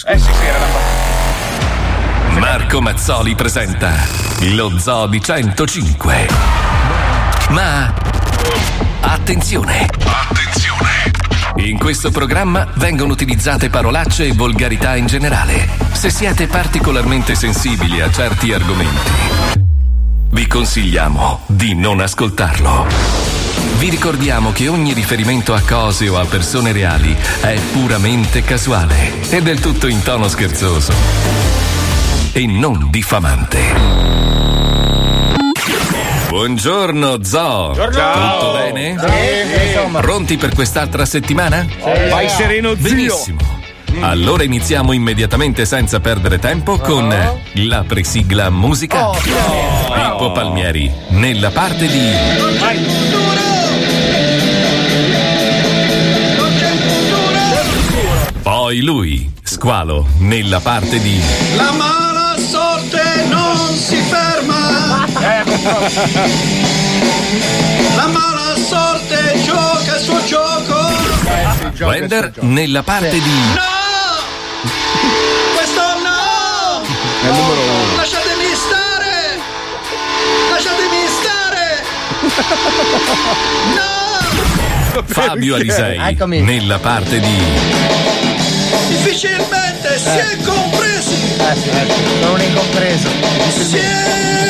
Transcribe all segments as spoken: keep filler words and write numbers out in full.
Eh sì, sì, era la Marco Mazzoli presenta lo Zoo di centocinque. Ma attenzione! Attenzione! In questo programma vengono utilizzate parolacce e volgarità in generale. Se siete particolarmente sensibili a certi argomenti, vi consigliamo di non ascoltarlo. Vi ricordiamo che ogni riferimento a cose o a persone reali è puramente casuale e del tutto in tono scherzoso e non diffamante. Buongiorno Zoo. Ciao. Tutto bene? Sì, Pronti per quest'altra settimana? Sì. Vai sereno, zio. Benissimo. Allora iniziamo immediatamente senza perdere tempo con la presigla musicale. Pippo Palmieri nella parte di Poi lui, Squalo, nella parte di La mala sorte non si ferma. La mala sorte gioca il suo gioco. Wender nella parte di No! Questo no! È il numero uno. Lasciatemi stare! Lasciatemi stare! No! Fabio Alisei Eccomi. nella parte di Difficilmente si è compresi! Eh sì, sono un incompreso. Si è...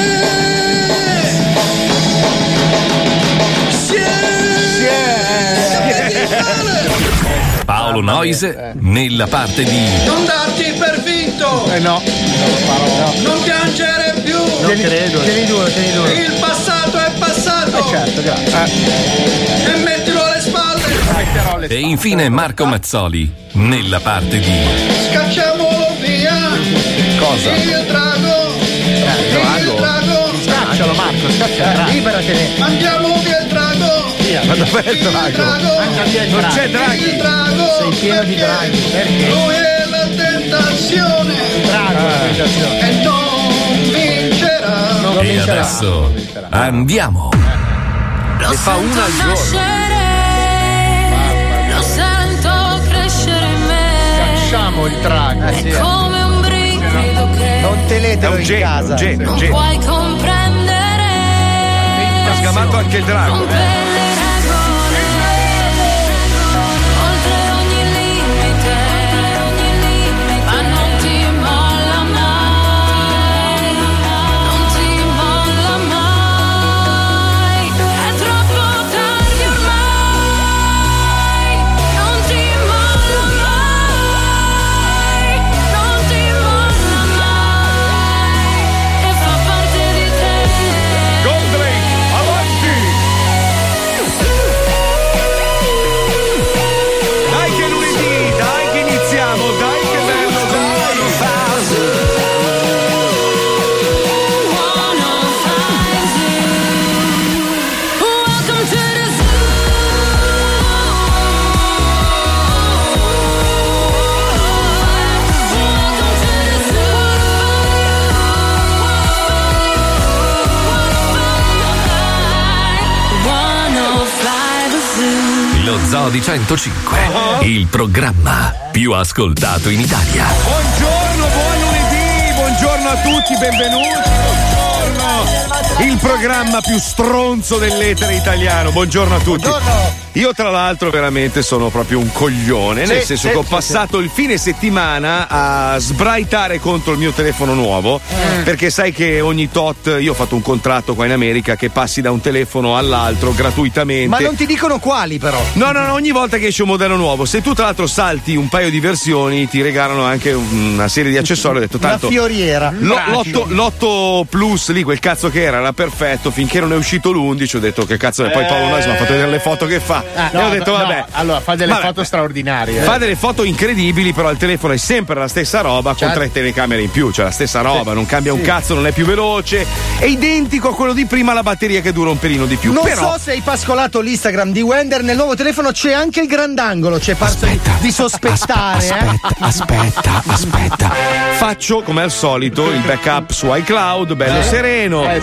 Si è... Sapete male! Paolo Noise nella parte di Non darti per vinto! Eh no. Non piangere più! Non credo. Tieni duro, tieni duro. Il passato è passato! Eh certo, grazie. E mettilo alle spalle! e infine Marco Mazzoli nella parte di Scacciamolo via! Cosa? Il drago! Il drago! Scaccialo Marco, scaccialo. Liberatene. Mandiamo via il drago! Via. Ma dov'è il Il drago? drago! Manda via il Non drago. c'è Il Draghi. drago! Sei pieno di draghi. Perché? Lui è la tentazione! Drago. E non vincerà! Non e vincerà. adesso andiamo. Ne fa una al giorno. Lo sento crescere in me. Facciamo il drago. Eh, sì. È come un brivido che Non È tenetelo un in genio, casa. un genio, un non genio. puoi comprendere. Ha sgamato anche il drago. Rompe le regole, oltre ogni limite, ma non ti molla mai, non ti molla mai, è troppo tardi ormai, non ti molla mai, non ti molla mai, e fa parte di te. Goldrake, avanti! Dai che è lunedì, dai che iniziamo, dai che bello, Welcome to the zoo. Lo Zoo di centocinque, il programma più ascoltato in Italia. Buongiorno, buon lunedì, buongiorno a tutti, benvenuti, buongiorno. Il programma più stronzo dell'etere italiano, buongiorno a tutti. Io tra l'altro veramente sono proprio un coglione, nel Sì, senso sì, che ho sì, passato il fine settimana a sbraitare contro il mio telefono nuovo, perché sai che ogni tot, io ho fatto un contratto qua in America che passi da un telefono all'altro gratuitamente. Ma non ti dicono quali però. No, no, no, ogni volta che esce un modello nuovo, se tu tra l'altro salti un paio di versioni, ti regalano anche una serie di accessori. Ho detto Una tanto. fioriera. Lo- l'otto, l'otto plus lì, quel cazzo che era, era perfetto. Finché non è uscito l'undici, ho detto che cazzo è. Poi Paolo Nois mi ha fatto vedere le foto che fa. e ho detto, vabbè. allora fa delle Vabbè. foto straordinarie. Fa delle foto incredibili, però il telefono è sempre la stessa roba con tre telecamere in più, cioè la stessa roba, non cambia un cazzo, non è più veloce, è identico a quello di prima, la batteria che dura un pelino di più. Non però so se hai pascolato l'Instagram di Wender, nel nuovo telefono c'è anche il grandangolo, c'è parso di, di sospettare. eh. aspetta, aspetta. Faccio come al solito il backup su iCloud, bello sereno. Eh sì.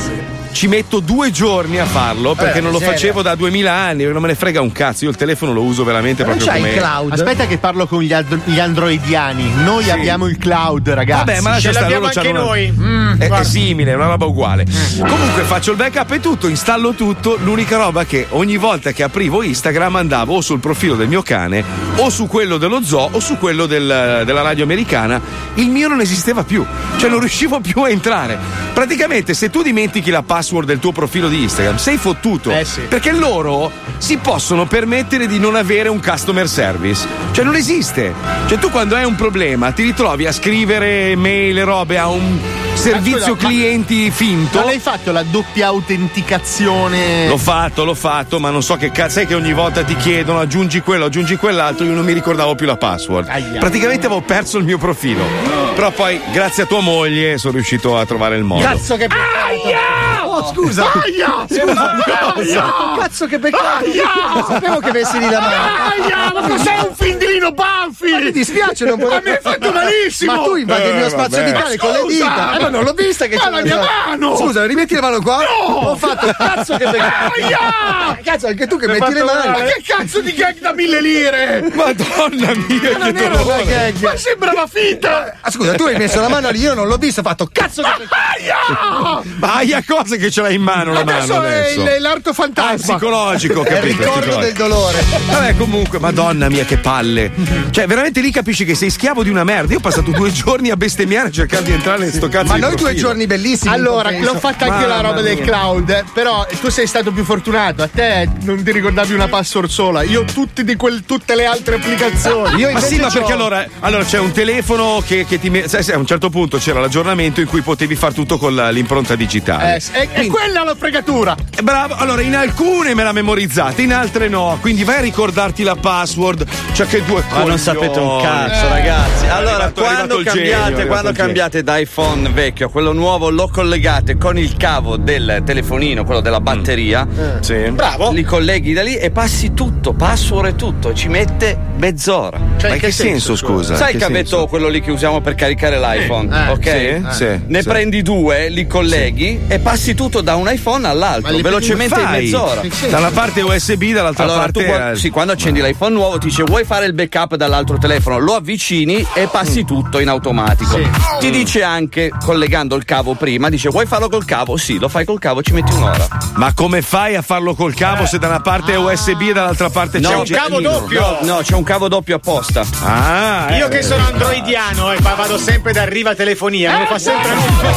ci metto due giorni a farlo perché Eh, non lo miseria. facevo da duemila anni, non me ne frega un cazzo, io il telefono lo uso veramente Ma non proprio c'hai come il cloud? Aspetta che parlo con gli, ad- gli androidiani. Noi Sì. abbiamo il cloud, ragazzi. Vabbè, ma Ce lascia stare, l'abbiamo loro anche c'hanno una- noi. Mm, è, è simile, è una roba uguale. Comunque faccio il backup e tutto, installo tutto. L'unica roba che ogni volta che aprivo Instagram andavo o sul profilo del mio cane, o su quello dello zoo, o su quello del- della radio americana. Il mio non esisteva più, cioè non riuscivo più a entrare. Praticamente, se tu dimentichi la password del tuo profilo di Instagram, sei fottuto. Eh sì. Perché loro si possono permettere di non avere un customer service. Cioè non esiste. Cioè tu quando hai un problema ti ritrovi a scrivere mail e robe a un servizio scusa, ma- clienti finto. Non hai fatto la doppia autenticazione? L'ho fatto, l'ho fatto, ma non so che cazzo. Sai che ogni volta ti chiedono aggiungi quello, aggiungi quell'altro, io non mi ricordavo più la password. Aia. Praticamente avevo perso il mio profilo. Però poi, grazie a tua moglie, sono riuscito a trovare il modo. Cazzo che peccato! Oh, scusa! Aia! Scusa, cosa? Cazzo che peccato! Non sapevo che avessi lì la mano! Aia! Ma cos'è un findino, Banfi? Mi dispiace, non potevo. Ma mi hai fatto malissimo! Ma tu invadi il mio Eh, spazio vabbè. vitale con le Scusa! dita! Eh, ma non l'ho vista che Ma c'è la mia mano! Scusa, rimetti la mano qua? No! Ho fatto cazzo che peccato! Aia! Cazzo, anche tu che Mi hai metti le fatto mani! male. Ma che cazzo di gag da mille lire? Madonna mia, non che era una dolore! gag! Ma sembrava finta! Ah, scusa, tu hai messo la mano lì, io non l'ho visto, ho fatto cazzo che peccato! Aia! Ma hai a cosa che ce l'hai in mano la mano Adesso è adesso? il- l'arto Ah, fantasma. psicologico, È il capito? ricordo psicologico. del dolore! Vabbè, comunque, madonna mia, che palle. Cioè, veramente lì capisci che sei schiavo di una merda. Io ho passato due giorni a bestemmiare a cercare di entrare in sto cazzo Ma di noi due profilo. giorni bellissimi! Allora, in compenso. l'ho fatta anche la Mamma roba del mia. cloud, eh, però tu sei stato più fortunato. A te non ti ricordavi una password sola. Io tutti di quel, tutte le altre applicazioni. Io Ma sì, invece ma c'ho- perché allora, allora c'è un telefono che, che ti. me- sai, sai, a un certo punto c'era l'aggiornamento in cui potevi far tutto con la- l'impronta digitale. Eh, è, è quella la fregatura. Eh, Bravo, allora in alcune me la memorizzate, in altre no. Quindi vai a ricordarti la password. Cioè che due Ma non sapete un cazzo, Eh. ragazzi. Allora, arrivato- è arrivato quando il cambiate, genio, è arrivato quando il genio. cambiate da iPhone vecchio a quello nuovo, lo collegate con il cavo del telefonino, quello della batteria. Sì. Bravo. Li colleghi da lì e passi tutto, password e tutto. Ci mette mezz'ora. Ma in che senso, scusa? Sai Che il cavetto, senso? quello lì che usiamo per caricare l'iPhone? Eh, ok? Sì, sì, Ne sì. prendi due, li colleghi e passi tutto da un iPhone all'altro, Ma li velocemente in Fai? mezz'ora. Da una parte U S B, dall'altra Allora, parte. tu qua- eh, sì, quando accendi l'iPhone nuovo ti dice vuoi fare il backup dall'altro telefono, lo avvicini e passi tutto in automatico. Ti dice anche, collegando il cavo prima, dice vuoi farlo col cavo? Sì, lo fai col cavo, ci metti un'ora. Ma come fai a farlo col cavo se da una parte è U S B e dall'altra parte c'è No, un cavo jackino? doppio. No, no, c'è un cavo doppio apposta. Ah, Io eh. che sono androidiano e va- vado sempre da Riva Telefonia, me lo fa sempre.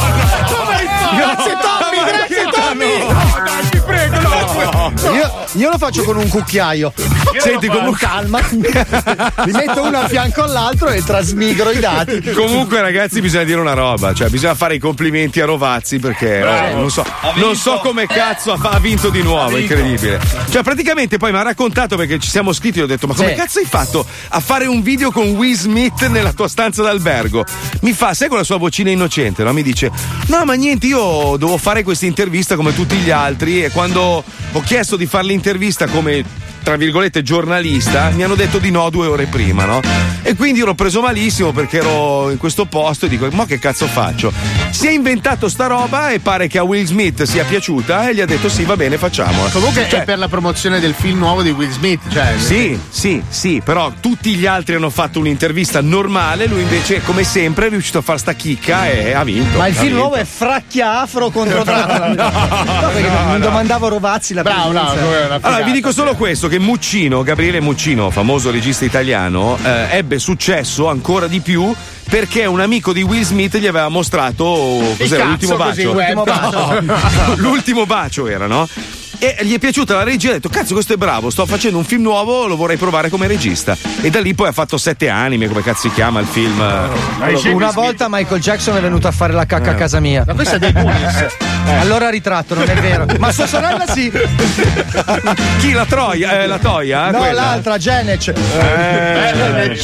Grazie Tommy, grazie Tommy! Io, io lo faccio con un cucchiaio. Senti, comunque, Calma. Li metto uno a fianco all'altro e trasmigro i dati. comunque, ragazzi, bisogna dire una roba. Cioè, bisogna fare i complimenti a Rovazzi perché oh, non so, non so come cazzo ha, fa- ha vinto di nuovo, incredibile. Cioè, praticamente poi mi ha raccontato perché ci siamo scritti e ho detto: ma come Sì. cazzo hai fatto a fare un video con Will Smith nella tua stanza d'albergo? Mi fa, sai con la sua vocina innocente, no? Mi dice: no, ma niente, io devo fare questa intervista come tutti gli altri. E quando ho chiesto di fare l'intervista come tra virgolette giornalista, mi hanno detto di no due ore prima, no? E quindi ero preso malissimo perché ero in questo posto e dico: ma che cazzo faccio? Si è inventato sta roba e pare che a Will Smith sia piaciuta e gli ha detto sì, va bene, facciamola. Comunque Cioè, è per la promozione del film nuovo di Will Smith. Cioè, sì, sì, sì, però tutti gli altri hanno fatto un'intervista normale, lui invece, come sempre, è riuscito a far sta chicca e ha vinto. Ma il Ha film vinto. nuovo è Fracchia Afro contro Dracula. no, perché mi domandavo Rovazzi la Bravo, presenza. bravo, è una Allora, vi dico solo figata. questo: che Muccino, Gabriele Muccino, famoso regista italiano, eh, ebbe successo ancora di più perché un amico di Will Smith gli aveva mostrato cos'era, cazzo l'ultimo così, bacio. web. L'ultimo bacio. No, l'ultimo bacio era, no? E gli è piaciuta la regia, ha detto: cazzo, questo è bravo, sto facendo un film nuovo, lo vorrei provare come regista. E da lì poi ha fatto Sette anime, come cazzo si chiama il film? Una volta Michael Jackson è venuto a fare la cacca a casa mia. Ma questo è dei Goonies. Allora ritratto, non è vero. Ma sua sorella sì. Chi? La Troia? Eh, la Toia? No, Quella? l'altra, Janet. Eh,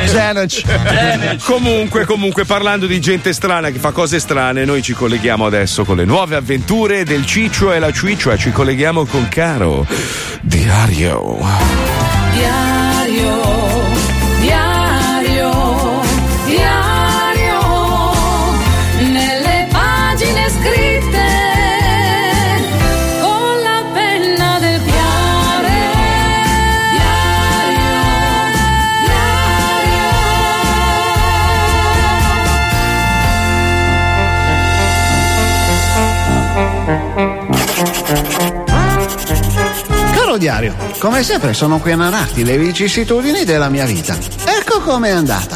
Janet. Comunque, comunque, parlando di gente strana che fa cose strane, noi ci colleghiamo adesso con le nuove avventure del Ciccio e la Ciccia. Ci colleghiamo con Caro Diario. Diario, diario, diario, nelle pagine scritte diario. Come sempre sono qui a narrarti le vicissitudini della mia vita. Ecco com'è andata.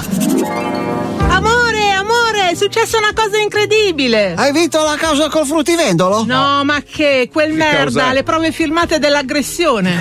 Amore, amore, è successa una cosa incredibile. Hai vinto la causa col fruttivendolo? No, ma che, quel merda, causa? le prove filmate dell'aggressione.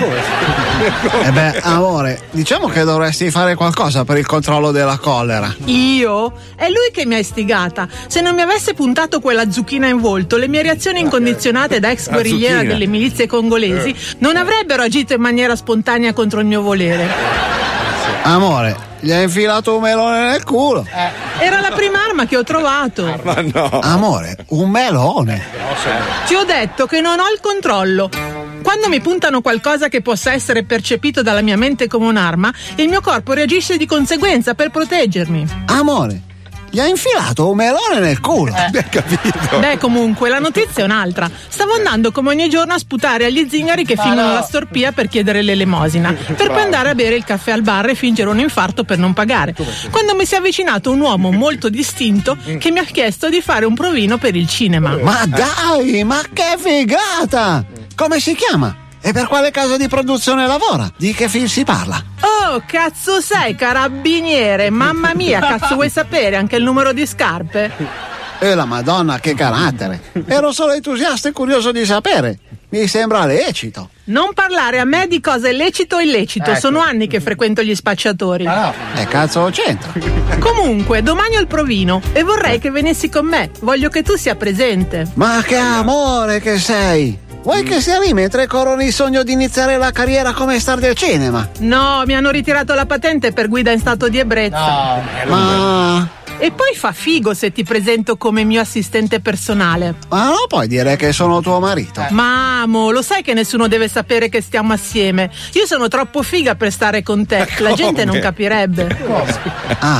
Eh beh, amore, diciamo che dovresti fare qualcosa per il controllo della collera. Io? È lui che mi ha istigata. Se non mi avesse puntato quella zucchina in volto, le mie reazioni incondizionate da ex La guerrigliera zucchina. delle milizie congolesi non avrebbero agito in maniera spontanea contro il mio volere. Amore, gli hai infilato un melone nel culo. Era la prima arma che ho trovato. Ma no. Amore, un melone. Ti ho detto che non ho il controllo. Quando mi puntano qualcosa che possa essere percepito dalla mia mente come un'arma, il mio corpo reagisce di conseguenza per proteggermi. Amore, gli hai infilato un melone nel culo. Eh. Capito? Beh, comunque, la notizia è un'altra. Stavo andando come ogni giorno a sputare agli zingari che Ma fingono no. la storpia per chiedere l'elemosina, per poi andare a bere il caffè al bar e fingere un infarto per non pagare. Quando mi si è avvicinato un uomo molto distinto che mi ha chiesto di fare un provino per il cinema. Ma dai, ma che figata! Come si chiama? E per quale casa di produzione lavora? Di che film si parla? Oh, cazzo sei, carabiniere! Mamma mia, cazzo vuoi sapere anche il numero di scarpe? E la Madonna, che carattere! Ero solo entusiasta e curioso di sapere. Mi sembra lecito. Non parlare a me di cosa è lecito o illecito, Ecco. sono anni che frequento gli spacciatori. E cazzo c'entra? Comunque, domani ho il provino e vorrei che venissi con me. Voglio che tu sia presente. Ma che amore che sei! Vuoi che sia lì mentre corrono il sogno di iniziare la carriera come star del cinema? No, mi hanno ritirato la patente per guida in stato di ebbrezza. Ma... E poi fa figo se ti presento come mio assistente personale. Ma non puoi dire che sono tuo marito? Ma amo, lo sai che nessuno deve sapere che stiamo assieme. Io sono troppo figa per stare con te. La gente non capirebbe. Ah.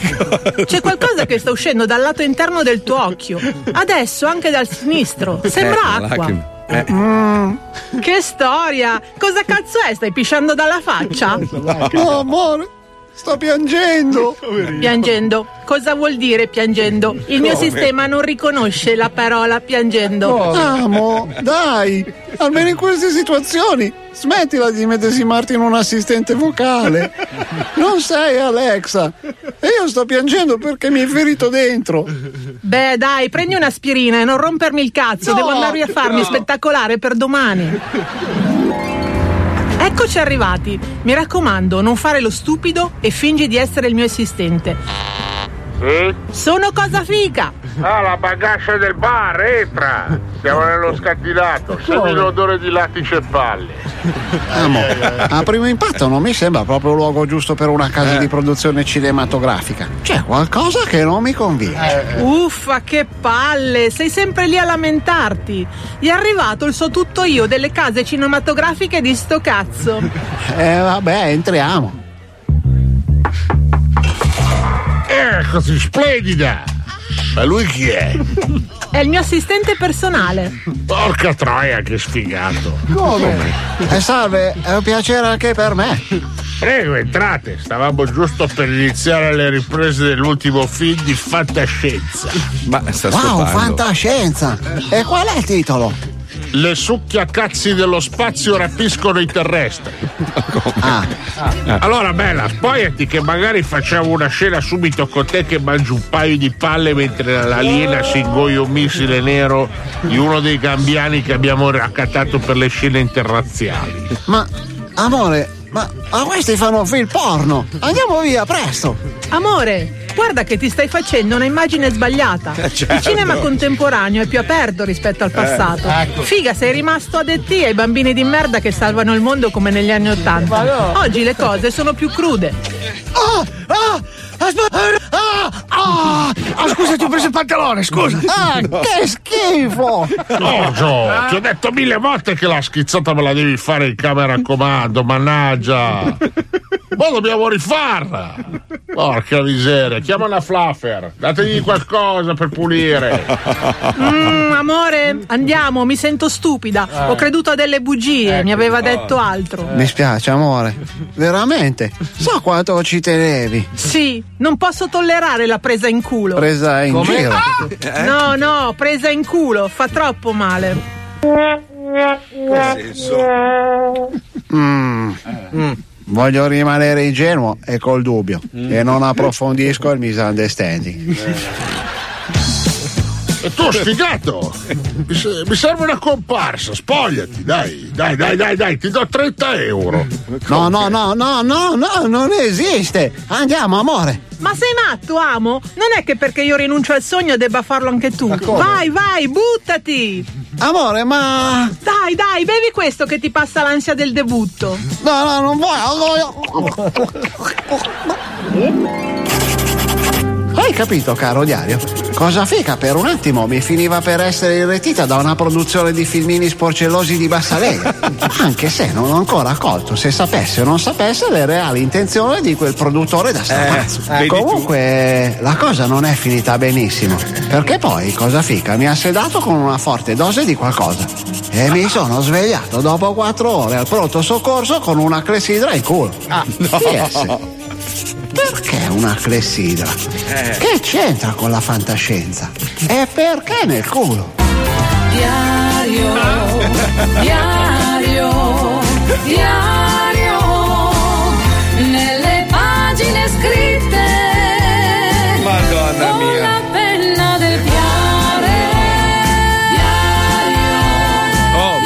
C'è qualcosa che sta uscendo dal lato interno del tuo occhio. Adesso anche dal sinistro. Sembra Eh, acqua. lacrime. Eh. Mm, che storia! Cosa cazzo è? Stai pisciando dalla faccia? No, amore, sto piangendo. Piangendo. Cosa vuol dire piangendo? Il mio Come? sistema non riconosce la parola piangendo. Amo, dai, almeno in queste situazioni smettila di medesimarti in un assistente vocale. Non sei Alexa. E io sto piangendo perché mi hai ferito dentro. Beh, dai, prendi un'aspirina e non rompermi il cazzo. No, Devo andare a farmi no. spettacolare per domani. Eccoci arrivati. Mi raccomando, non fare lo stupido e fingi di essere il mio assistente. Sì? Sono cosa fica. Ah, la bagascia del bar, entra! Siamo nello scattinato, senti l'odore di lattice e palle. Amo, a primo impatto non mi sembra proprio il luogo giusto per una casa Eh. di produzione cinematografica. C'è qualcosa che non mi conviene. Uffa, che palle. Sei sempre lì a lamentarti. Gli è arrivato il so tutto io delle case cinematografiche di sto cazzo. Eh vabbè, entriamo. Eccoci, splendida! Ma lui chi è? È il mio assistente personale. Porca troia, che sfigato! Come? Eh, salve, è un piacere anche per me. Prego, entrate, stavamo giusto per iniziare le riprese dell'ultimo film di fantascienza. Ma sta Wow, fantascienza! E qual è il titolo? Le succhiacazzi dello spazio rapiscono i terrestri. Ah. Allora, bella, spogliati che magari facciamo una scena subito con te che mangi un paio di palle mentre l'aliena si ingoia un missile nero di uno dei gambiani che abbiamo raccattato per le scene interrazziali. Ma, amore, ma, ma questi fanno un film porno! Andiamo via, presto! Amore, guarda che ti stai facendo una immagine sbagliata. Eh, certo. Il cinema contemporaneo è più aperto rispetto al passato. Eh, ecco. Figa, sei rimasto adetti ai bambini di merda che salvano il mondo come negli anni Ottanta. no. Oggi le cose sono più crude. Ah! Ah! Aspetta! Ah! Ah! Ah, scusa, ti ho preso il pantalone, scusa! Ah, che schifo! No, Gio, ti ho detto mille volte che la schizzata me la devi fare in camera a comando, mannaggia! Ma dobbiamo rifarla! Porca miseria, chiama una fluffer, dategli qualcosa per pulire. Mm, amore, andiamo, mi sento stupida. Ho creduto a delle bugie, mi aveva detto altro. Mi spiace, amore. Veramente? So quanto ci tenevi. Sì, non posso tollerare la presa in culo. Presa in Come? giro. No, no, presa in culo, fa troppo male. Che senso? Mm. Mm. Voglio rimanere ingenuo e col dubbio mm. e non approfondisco il misunderstanding. E tu sfigato, mi serve una comparsa, spogliati, dai, dai, dai, dai, dai, ti do trenta euro. No, no, no, no, no, no, non esiste. Andiamo, amore. Ma sei matto, amo? Non è che perché io rinuncio al sogno debba farlo anche tu. Vai, vai, buttati. Amore, ma... Dai, dai, bevi questo che ti passa l'ansia del debutto. No, no, non voglio. Hai capito, caro diario? Cosa fica, per un attimo mi finiva per essere irretita da una produzione di filmini sporcellosi di bassa lega. Anche se non ho ancora colto, se sapesse o non sapesse, le reali intenzioni di quel produttore da stramazzo. Eh, eh, comunque, tu. La cosa non è finita benissimo. Perché poi, cosa fica, mi ha sedato con una forte dose di qualcosa. E mi sono svegliato dopo quattro ore al pronto soccorso con una clessidra in culo. Ah, no. P S. Perché una clessidra? Eh. Che c'entra con la fantascienza? E perché nel culo? Diario, diario, diario, nelle pagine scritte. Madonna mia. Con la penna del piare. Diario, oh.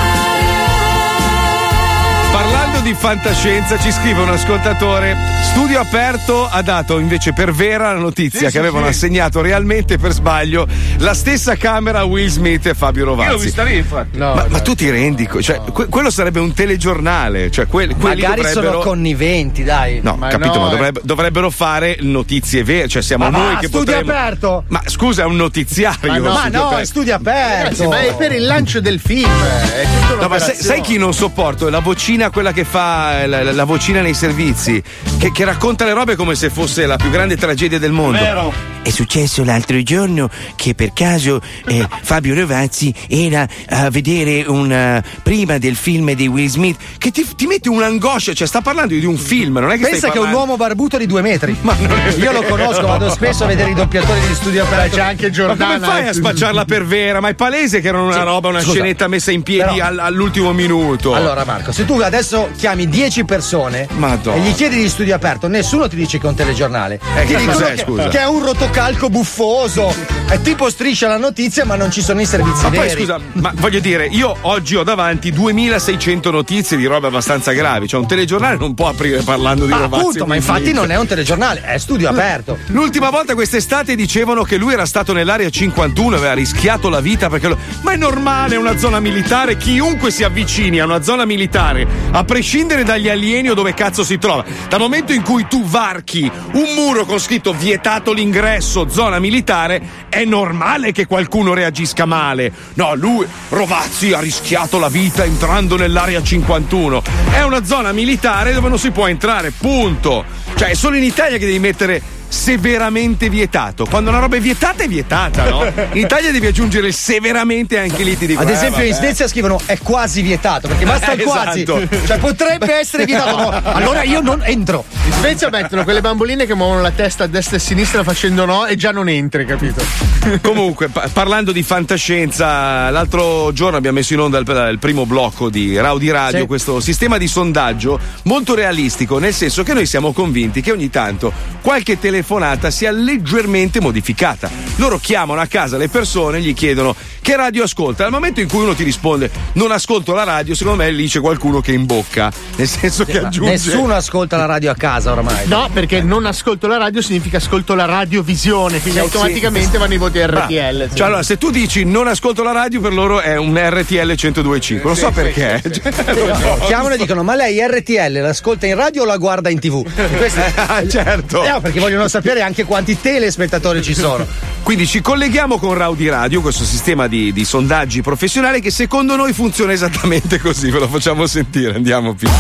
Diario. Parlando di fantascienza, ci scrive un ascoltatore. Studio Aperto ha dato invece per vera la notizia sì, che sì, avevano sì. assegnato realmente per sbaglio la stessa camera a Will Smith e Fabio Rovazzi. Io l'ho vista lì, infatti. No, ma, no. ma tu ti rendi? Cioè, no. que- quello sarebbe un telegiornale. Cioè, que- Magari dovrebbero... sono conniventi, dai. No, ma capito, no, ma dovrebbe, dovrebbero fare notizie vere. Cioè, siamo ma noi va, che Studio potremmo... Aperto. Ma scusa, è un notiziario. Ma no, ma no aperto. è Studio Aperto. Ragazzi, ma è per il lancio del film. È no, ma sai, sai chi non sopporto? È la vocina, quella che fa la, la vocina nei servizi, che, che racconta le robe come se fosse la più grande tragedia del mondo. Vero. È successo l'altro giorno che per caso eh, Fabio Rovazzi era a vedere una prima del film di Will Smith che ti, ti mette un'angoscia, cioè sta parlando di un film, non è che pensa stai che è un uomo barbuto di due metri. Ma non è io lo conosco, vado spesso a vedere i doppiatori di Studio Aperto. C'è anche Giordana. Ma come fai a spacciarla per vera? Ma è palese che era una sì, roba, una scusa, scenetta messa in piedi però, all, all'ultimo minuto. Allora Marco, se tu adesso chiami dieci persone Madonna. e gli chiedi di Studio Aperto, nessuno ti dice che è un telegiornale. Eh, ti che dicono cos'è, che, scusa? che è un rotocalco buffoso. È tipo Striscia la notizia, ma non ci sono i servizi ma veri. Poi scusa, ma voglio dire, io oggi ho davanti duemilaseicento notizie di robe abbastanza gravi. Cioè un telegiornale non può aprire parlando di ah, Rovazzi. Appunto, ma infatti non è un telegiornale, è Studio Aperto. L'ultima volta quest'estate dicevano che lui era stato nell'area cinquantuno, aveva rischiato la vita perché lo... Ma è normale, è una zona militare, chiunque si avvicini a una zona militare, a prescindere dagli alieni o dove cazzo si trova, dal momento in cui tu varchi un muro con scritto vietato l'ingresso, zona militare, è normale che qualcuno reagisca male. No, lui, Rovazzi, ha rischiato la vita entrando nell'area cinquantuno. È una zona militare dove non si può entrare, punto. Cioè, è solo in Italia che devi mettere severamente vietato. Quando una roba è vietata è vietata, no? In Italia devi aggiungere severamente, anche lì ti dico. Ad esempio eh, in Svezia scrivono è quasi vietato, perché basta il quasi. Esatto. Cioè potrebbe essere vietato, no? Allora io non entro. In Svezia mettono quelle bamboline che muovono la testa a destra e a sinistra facendo no e già non entri, capito? Comunque, pa- parlando di fantascienza, l'altro giorno abbiamo messo in onda il, il primo blocco di Rowdy Radio, sì. Questo sistema di sondaggio molto realistico, nel senso che noi siamo convinti che ogni tanto qualche telefonata sia leggermente modificata. Loro chiamano a casa le persone, gli chiedono che radio ascolta. Al momento in cui uno ti risponde non ascolto la radio, secondo me lì c'è qualcuno che imbocca, nel senso che aggiunge. Nessuno ascolta la radio a casa ormai. No, perché non ascolto la radio significa ascolto la radiovisione, quindi sì, automaticamente sì. vanno i voti R T L. Sì. Cioè allora se tu dici non ascolto la radio, per loro è un R T L centodue e cinque, non sì, so sì, perché sì, sì. No, chiamano e dicono ma lei R T L l'ascolta in radio o la guarda in tv? Questo... eh, certo. No, perché vogliono sapere anche quanti telespettatori ci sono. Quindi ci colleghiamo con Rowdy Radio, questo sistema di, di sondaggi professionali che secondo noi funziona esattamente così. Ve lo facciamo sentire, andiamo più.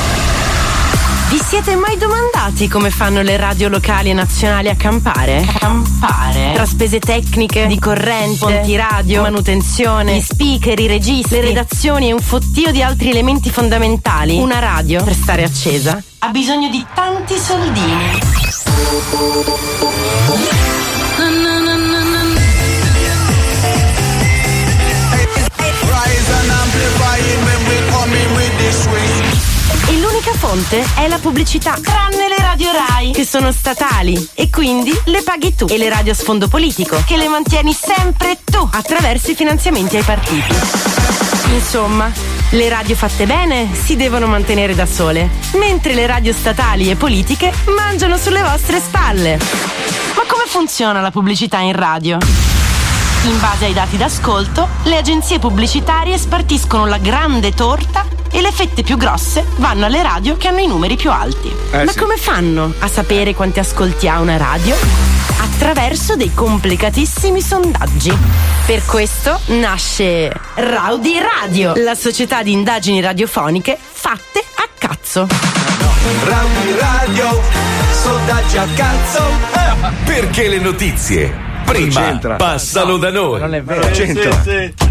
Vi siete mai domandati come fanno le radio locali e nazionali a campare? Campare? Tra spese tecniche, di corrente, fonti radio, manutenzione, gli speaker, i registi, le redazioni e un fottio di altri elementi fondamentali. Una radio, per stare accesa, ha bisogno di tanti soldini. Rise and parte è la pubblicità, tranne le radio Rai, che sono statali e quindi le paghi tu, e le radio a sfondo politico, che le mantieni sempre tu attraverso i finanziamenti ai partiti. Insomma, le radio fatte bene si devono mantenere da sole, mentre le radio statali e politiche mangiano sulle vostre spalle. Ma come funziona la pubblicità in radio? In base ai dati d'ascolto, le agenzie pubblicitarie spartiscono la grande torta e le fette più grosse vanno alle radio che hanno i numeri più alti. Eh, Ma sì. come fanno a sapere quanti ascolti ha una radio? Attraverso dei complicatissimi sondaggi. Per questo nasce Rowdy Radio, la società di indagini radiofoniche fatte a cazzo. Rowdy Radio, sondaggi a cazzo. Eh, perché le notizie prima c'entra. passano da noi. Non è vero. Non c'entra.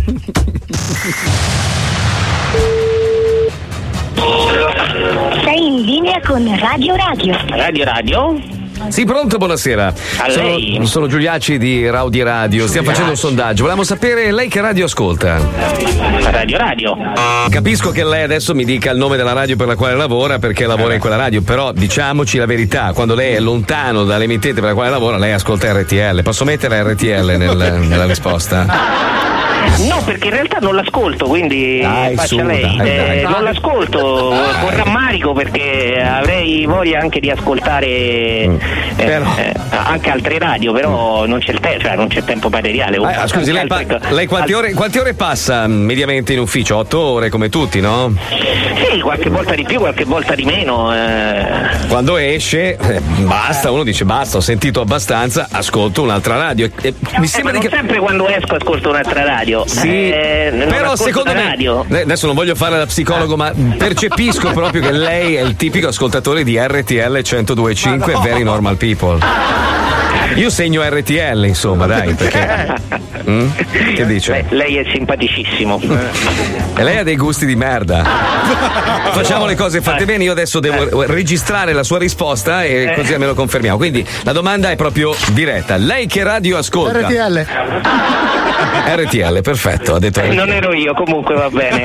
Sei in linea con Radio Radio. Radio Radio? Sì, pronto, buonasera. A sono, lei. sono Giuliacci di Rowdy Radio. Stiamo facendo un sondaggio. Volevamo sapere lei che radio ascolta. Radio Radio. Capisco che lei adesso mi dica il nome della radio per la quale lavora, perché lavora in quella radio, però diciamoci la verità, quando lei è lontano dall'emittente per la quale lavora, lei ascolta R T L. Posso mettere R T L nel- nella risposta? No, perché in realtà non l'ascolto, quindi Dai, faccia su, lei. dai, Eh, dai. non l'ascolto con rammarico, perché avrei voglia anche di ascoltare eh, eh, anche altre radio, però non c'è il tempo, cioè non c'è tempo materiale. Ho Ah, scusi, lei, pa- altre- lei quante, ore, quante ore passa mm, mediamente in ufficio? Otto ore come tutti, no? Sì, qualche volta di più, qualche volta di meno. eh. Quando esce, eh, basta, uno dice basta, ho sentito abbastanza, ascolto un'altra radio. E- e mi Eh, sembra ma di non sempre quando esco ascolto un'altra radio. Sì, Eh, non però ascolto secondo la me radio. eh, adesso non voglio fare da psicologo, ma percepisco proprio che lei è il tipico ascoltatore di R T L centodue e cinque, Very Normal People. Io segno R T L, insomma, dai, perché mm? Che dice? Beh, lei è simpaticissimo. E lei ha dei gusti di merda. Facciamo le cose fatte bene, io adesso devo registrare la sua risposta e così almeno confermiamo. Quindi la domanda è proprio diretta. Lei che radio ascolta? R T L. R T L, perfetto, ha detto R T L. Non ero io, comunque va bene.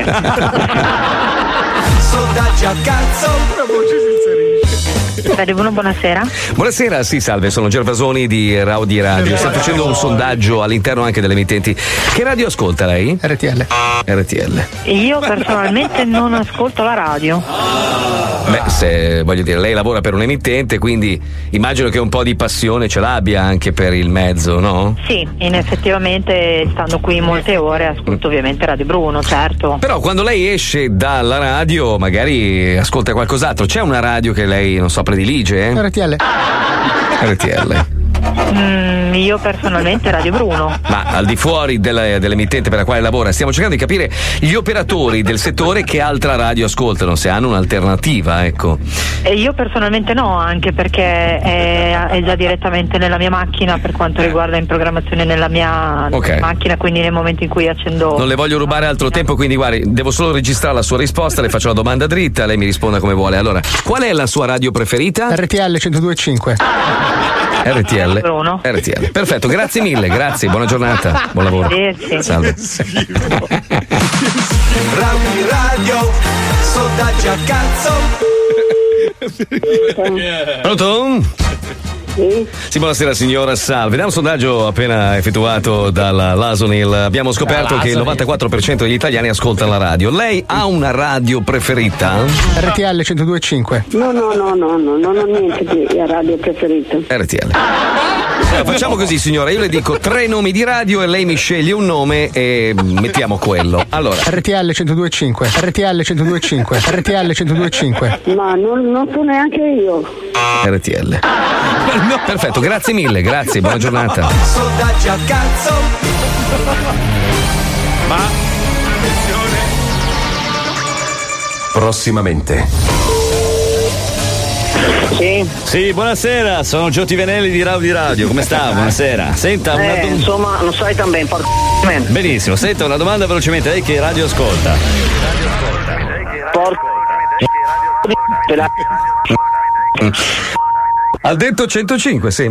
Sondaggi a cazzo. Radio uno, buonasera. Buonasera, sì, salve, sono Gervasoni di Rowdy Radio. Stiamo facendo un sondaggio all'interno anche delle emittenti. Che radio ascolta lei? R T L. R T L. Io personalmente non ascolto la radio. Beh, se voglio dire, lei lavora per un emittente, quindi immagino che un po' di passione ce l'abbia anche per il mezzo, no? Sì, in effettivamente stando qui molte ore ascolto ovviamente Radio Bruno, certo. Però quando lei esce dalla radio magari ascolta qualcos'altro. C'è una radio che lei, non so, predilige? R T L. R T L. Mm, io personalmente Radio Bruno. Ma al di fuori della- dell'emittente per la quale lavora, stiamo cercando di capire gli operatori del settore che altra radio ascoltano, se hanno un'alternativa, ecco. E io personalmente no, anche perché è, è già direttamente nella mia macchina per quanto riguarda in programmazione nella mia Ok. macchina, quindi nel momento in cui accendo. Non le voglio rubare altro tempo, quindi guardi, devo solo registrare la sua risposta, le faccio la domanda dritta, lei mi risponda come vuole. Allora, qual è la sua radio preferita? R T L centodue e cinque. R T L. Bruno. R T L. Perfetto, grazie mille, grazie, buona giornata, buon lavoro. Arrivederci. Salve. Rowdy Radio, sondaggi a cazzo. Pronto? Sì, buonasera signora, salve. Vediamo un sondaggio appena effettuato dalla Lasonil. Abbiamo scoperto che il novantaquattro per cento degli italiani ascolta la radio. Lei ha una radio preferita? R T L centodue e cinque. No, no, no, no, no, non ho niente di radio preferito. R T L. Allora, facciamo così signora, io le dico tre nomi di radio e lei mi sceglie un nome e mettiamo quello. Allora, R T L centodue e cinque. R T L centodue e cinque. R T L centodue e cinque. Ma non, non so neanche io. R T L. Perfetto, grazie mille, grazie, buona giornata. Sondaggi a cazzo. Ma attenzione. Prossimamente. Sì. Sì, buonasera, sono Giotti Venelli di Rowdy Radio, come sta? Buonasera. Senta, una Eh, dom- insomma, non sai tan bene, porco. Benissimo, senta una domanda velocemente, lei che radio ascolta? Porco. Ha detto centocinque, sì.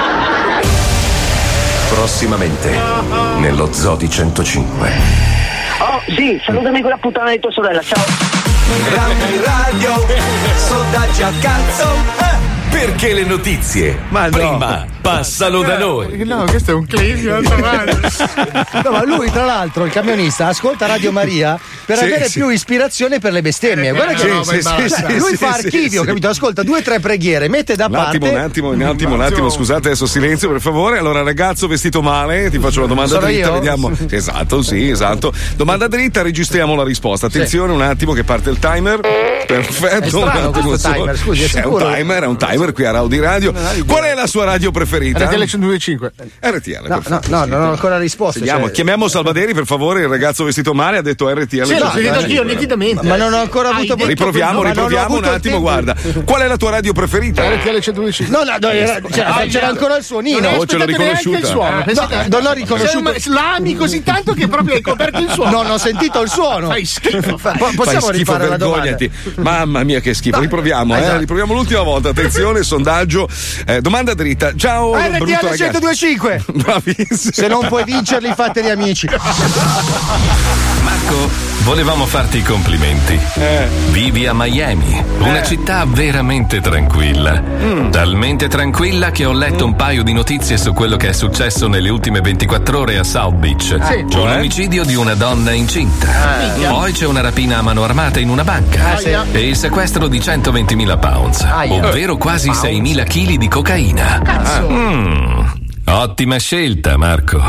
Prossimamente nello Zoo di centocinque. Oh, sì, salutami quella puttana di tua sorella, ciao. Raudy Radio, sondaggi a cazzo. Perché le notizie ma no. prima passano da noi. No, questo è un clip. No, ma lui, tra l'altro, il camionista, ascolta Radio Maria per Sì, avere sì. più ispirazione per le bestemmie. Guarda che Sì, no, sì, cioè, sì, lui sì, fa sì, archivio, sì. capito? Ascolta due o tre preghiere, mette da Un parte. attimo, un attimo, un attimo, un attimo, scusate adesso silenzio per favore. Allora, ragazzo vestito male, ti faccio una domanda Sono dritta, io? vediamo. Esatto, sì, esatto. Domanda dritta, registriamo la risposta. Attenzione, un attimo che parte il timer. Perfetto, È strano un attimo questo solo. timer, scusi, è È un sicuro? timer, è un timer qui a Raudy Radio. Qual è la sua radio preferita? R T L centodue e cinque. R T L. No, no, no, non ho ancora risposto. Sentiamo, cioè- chiamiamo Salvaderi per favore, il ragazzo vestito male ha detto R T L. Sì, l'ho sentito centodue e anch'io, cinque. nitidamente. Ma non ho ancora avuto Riproviamo, ma non ho riproviamo un avuto il attimo, tempo. guarda. Qual è la tua radio preferita? R T L centodue e cinque. No, no, no, era- c'era, c'era ancora il suonino. Non hai Oh, ce l'ho aspettato neanche riconosciuta. il suono. Eh. Pensate- No, non l'ho riconosciuto. Sei un- L'ami così tanto che proprio hai coperto il suono. Non ho sentito il suono. Fai schifo. Po- Fai possiamo schifo, rifare la domanda? vergognati. Mamma mia, che schifo. Riproviamo, eh? esatto. Riproviamo l'ultima volta. Attenzione, sondaggio. Eh, domanda dritta. Ciao, brutto R T L ragazzo. centodue e cinque. Bravissimo. Se non puoi vincerli, fateli amici. Marco, volevamo farti i complimenti. Eh. Vivi a Miami, una città veramente tranquilla. Mm. Talmente tranquilla che ho letto un paio di notizie su quello che è successo nelle ultime ventiquattro ore a South Beach. Sì. C'è Cioè? un omicidio di una donna incinta. Eh. Poi c'è una rapina a mano armata in una banca. Ah, sì. E il sequestro di centoventimila pounds, Aia. ovvero quasi seimila chili di cocaina. Cazzo. Mm. Ottima scelta, Marco.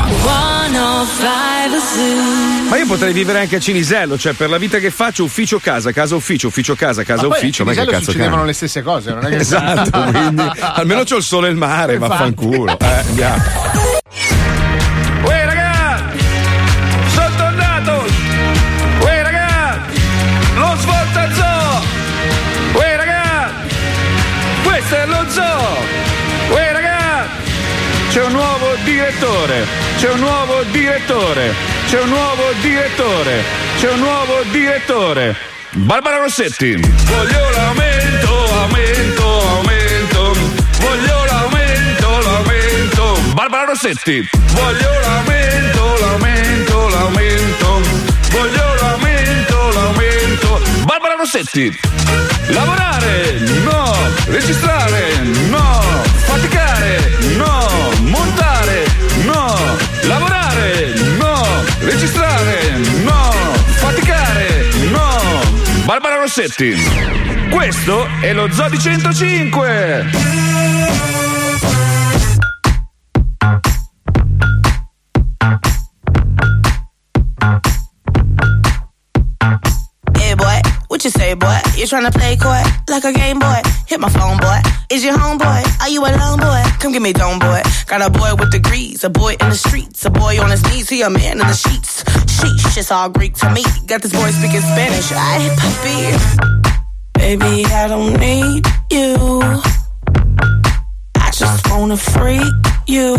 Ma io potrei vivere anche a Cinisello, cioè per la vita che faccio, ufficio casa, casa ufficio, ufficio casa, casa Ma poi ufficio. a Ma che Cinisello cazzo succedevano cambia? le stesse cose, non è che Esatto, quindi almeno c'ho il sole e il mare, Infatti. vaffanculo. Eh, andiamo. Uè ragazzi, sono tornato. Uè ragazzi, lo svolta zoo. Uè ragazzi, questo è lo zoo. Uè ragazzi, c'è un nuovo direttore, c'è un nuovo direttore, c'è un nuovo direttore, c'è un nuovo direttore. Barbara Rossetti. Voglio l'aumento, aumento, aumento. Voglio l'aumento, l'aumento. Barbara Rossetti. Voglio l'aumento, l'aumento, l'aumento. Voglio l'aumento, l'aumento. Barbara Rossetti. Lavorare, no. Registrare, no. Faticare, no. Montare, no. Lavorare, no. Registrare, no. Faticare, no. Barbara Rossetti. Questo è lo Zoo di centocinque. Hey boy, what you say, boy? You tryna play coy like a game boy? Hit my phone, boy. Is your homeboy? Are you alone, boy? Come get me dome, boy. Got a boy with degrees, a boy in the streets, a boy on his knees, he a man in the sheets. Sheesh, it's all Greek to me. Got this boy speaking Spanish. I puppy. Baby, I don't need you. I just wanna freak you.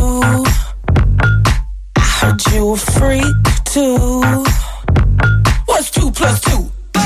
I heard you a freak too. What's two plus two?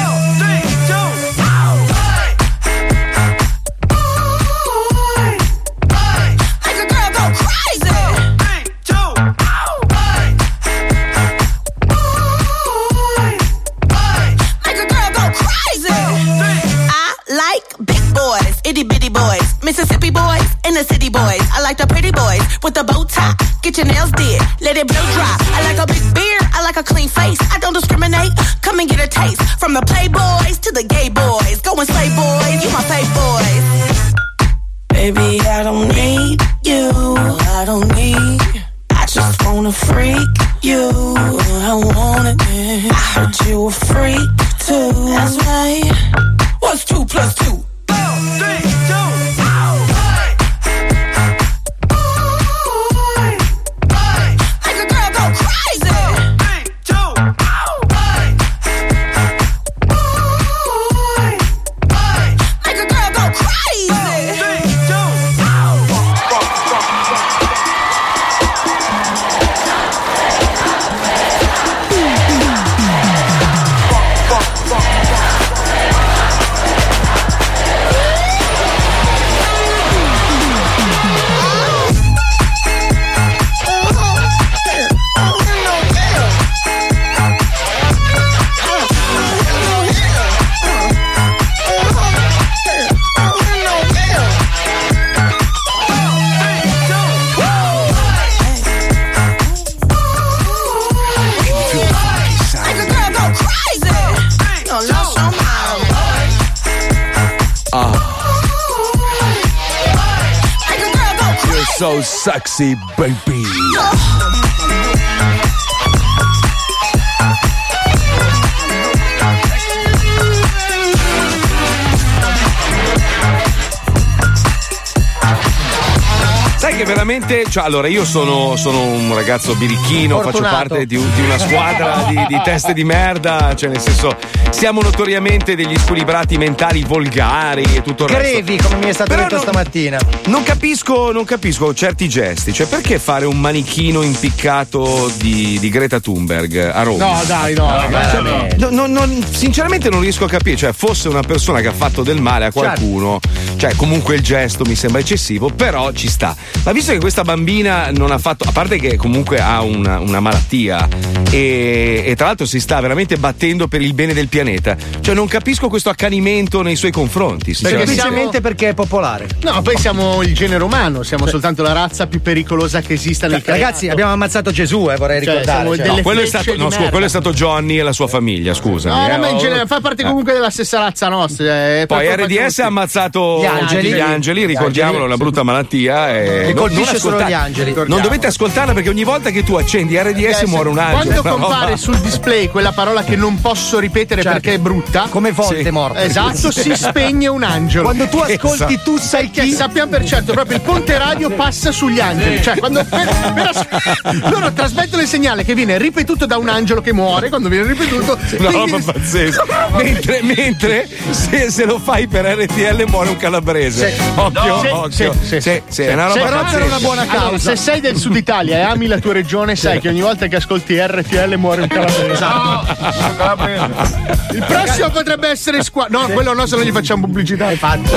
Itty bitty boys, Mississippi boys, and the city boys. I like the pretty boys with the bow tie. Get your nails did, let it blow dry. I like a big beard, I like a clean face. I don't discriminate, come and get a taste. From the playboys to the gay boys. Go and slay boys, you my fave boys. Baby, I don't need you, I don't need. I just wanna freak you, I want it. I heard you a freak too. That's right. What's two plus two? so sexy, baby. Sai che veramente, cioè, allora io sono, sono un ragazzo birichino, Fortunato. faccio parte di, un- di una squadra di, di teste di merda, cioè nel senso siamo notoriamente degli squilibrati mentali volgari e tutto il resto. Grevi, come mi è stato Però detto non- stamattina. Non capisco, non capisco certi gesti, cioè perché fare un manichino impiccato di, di Greta Thunberg a Roma? No, dai, no, ragazzi, no. No, no, non- sinceramente non riesco a capire, cioè fosse una persona che ha fatto del male a qualcuno, cioè comunque il gesto mi sembra eccessivo, però ci sta. Ma visto che questa bambina non ha fatto, a parte che comunque ha una, una malattia e, e tra l'altro si sta veramente battendo per il bene del pianeta, cioè non capisco questo accanimento nei suoi confronti. sinceramente. Semplicemente perché è popolare. No, poi siamo il genere umano, siamo soltanto la razza più pericolosa che esista nel Cioè, ragazzi, abbiamo ammazzato Gesù, eh, vorrei Cioè, ricordare. siamo cioè. delle No, quello è frecce stato, di no, scusa, merda. quello è stato Johnny e la sua famiglia, scusami. No, no, eh, ma in oh, genere fa parte comunque della stessa razza nostra. eh, Poi per colpa R D S di- ha ammazzato Gli angeli. gli angeli, ricordiamolo, è una brutta malattia. E Che non- colpisce non solo ascolta- gli angeli. Non dovete ascoltarla perché ogni volta che tu accendi R D S muore un angelo. Quando Una roba- compare sul display quella parola che non posso ripetere Certo. perché è brutta, Come Voldemort. esatto, si spegne un angelo. Quando tu ascolti tu sai Che chi. sappiamo per certo, proprio il ponte radio passa sugli angeli. Cioè, quando per- per as- loro trasmettono il segnale che viene ripetuto da un angelo che muore quando viene ripetuto. Una quindi- roba pazzesca. mentre mentre se, se lo fai per R T L muore un calabrese. Sì. Occhio, No, sì, occhio. sì, sì, Sì, sì, è una Se- roba però per pazzesca. una buona causa. Allora, se sei del sud Italia e ami la tua regione, sai che ogni volta che ascolti R T L muore un calabrese. Il prossimo potrebbe essere squa. No, quello no, se non gli facciamo pubblicità.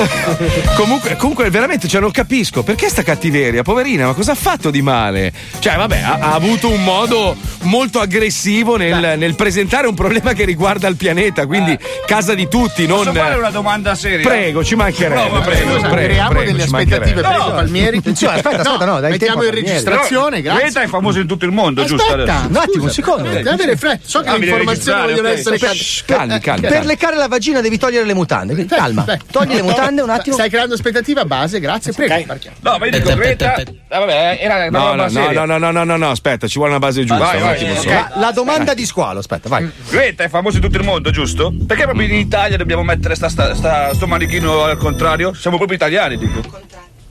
Comunque, comunque, veramente, cioè, non capisco perché sta cattiveria, poverina, ma cosa ha fatto di male? Cioè, vabbè, ha, ha avuto un modo molto aggressivo nel, nel presentare un problema che riguarda il pianeta, quindi casa di tutti, non. Posso fare una domanda seria? Prego, ci mancherebbe, Prova, prego, scusa, prego, Creiamo prego, delle ci aspettative, mancherebbe. prego, Palmieri. Attenzione, aspetta, aspetta, no, dai mettiamo tempo in a Palmieri. registrazione, grazie. Greta è famoso in tutto il mondo, giusto? Aspetta, adesso? Un attimo, un secondo. Deve avere fretta. So che Ah, le mi devi informazioni registrare, vogliono ok. essere Shh, calmi, calmi. Per leccare la vagina devi togliere le mutande. quindi calma. Dai. Togli le mutande un attimo. Stai creando aspettative a base, grazie. Prego. partiamo. No, ma io dico Greta. eh, vabbè, era una No, roba no, no, seria. no, no, no, no, no, aspetta, ci vuole una base giusta. Vai, un vai, attimo ok. solo. La, la domanda di squalo, aspetta, vai. Greta è famoso in tutto il mondo, giusto? Perché proprio in Italia dobbiamo mettere sta, sta, sta- sto manichino al contrario? Siamo proprio italiani, dico.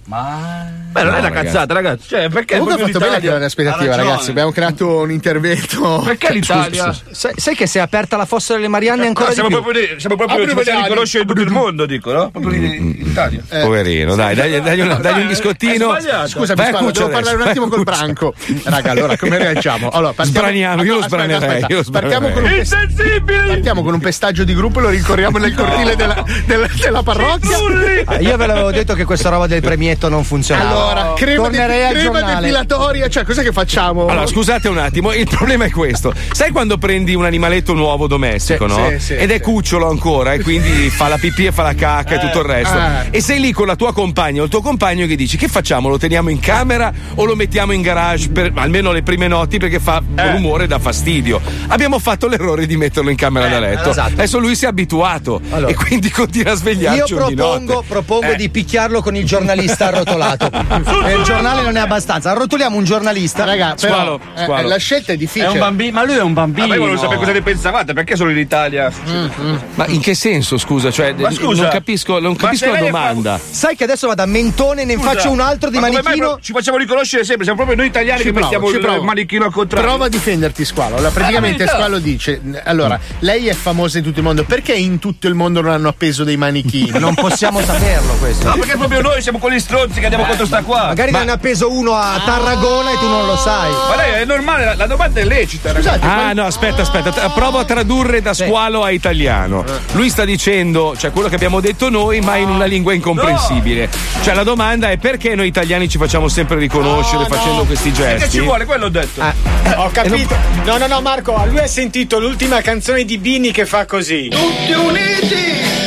Ma. Beh, non No, è una ragazzi. cazzata, ragazzi. Cioè, perché Comunque ha proprio fatto bene a l'Italia? dire l'aspettativa, Ha ragione. ragazzi. Abbiamo creato un intervento. Perché l'Italia? Sai, sai che se è aperta la fossa delle Marianne ancora No, di siamo più. proprio, lì, siamo proprio Apri ci facciamo vedere. riconoscere in tutto il mondo, dico, no? Proprio in, in Italia. Eh, Poverino, dai, dagli, dagli un, dagli un biscottino. È sbagliato. Scusa, Vai a Bisqualo, cuccia devo parlare un adesso, attimo vai a col cuccia. branco. Raga, allora come reagiamo? Allora, partiamo- Sbraniamo, io lo aspetta, sbranerei, aspetta. io lo Partiamo con, un pes- Insensibili! partiamo con un pestaggio di gruppo e lo rincorriamo nel cortile della, della- della parrocchia. Ah, io ve l'avevo detto che questa roba del premietto non funzionava. Allora, crema, de- tornerei al crema giornale. depilatoria, cioè cos'è che facciamo? Allora, scusate un attimo, il problema è questo. Sai quando prendi un animaletto nuovo domestico, Sì, no? sì, sì, Ed è sì. cucciolo ancora e quindi fa la pipì e fa la cacca e tutto il resto. eh. E sei lì con la tua compagna o il tuo compagno che dici che facciamo? Lo teniamo in camera o lo mettiamo in garage per almeno le prime notti perché fa rumore e dà fastidio? Abbiamo fatto l'errore di metterlo in camera da letto. esatto. Adesso lui si è abituato Allora. e quindi continua a svegliarci Io ogni propongo, notte. propongo Eh. di picchiarlo con il giornalista arrotolato. E il giornale non è abbastanza. Arrotoliamo un giornalista. Raga, però Squalo, eh, squalo. la scelta è difficile. È un bambino, ma lui è un bambino. Ma io volevo sapere cosa ne pensavate, perché solo in Italia? Ma in che senso, scusa? Cioè, Ma scusa, non capisco, non ma capisco se la lei è domanda. Sai che adesso vado a mentone, ne Scusa, faccio un altro di ma come mai manichino. pro- ci facciamo riconoscere sempre, siamo proprio noi italiani Ci che provo, mettiamo ci il provo. manichino al contrario. Prova a difenderti, Squalo. Allora, praticamente Eh, la verità. Squalo dice: allora, lei è famosa in tutto il mondo, perché in tutto il mondo non hanno appeso dei manichini? Non possiamo saperlo questo. No, perché proprio noi siamo quelli stronzi che andiamo contro sta qua. Magari ne hanno appeso uno a Tarragona e tu non lo sai. Ma lei è normale, la, la domanda è lecita, ragazzi. Ah no, aspetta, aspetta, t- provo a tradurre da squalo a italiano. Lui sta dicendo, cioè quello che abbiamo detto noi, ma in una lingua incomprensibile. Cioè la domanda è perché noi italiani ci facciamo sempre riconoscere facendo questi gesti? Che ci vuole, quello ho detto. Ho capito. No, no, no, Marco, lui ha sentito l'ultima canzone di Bini che fa così. Tutti uniti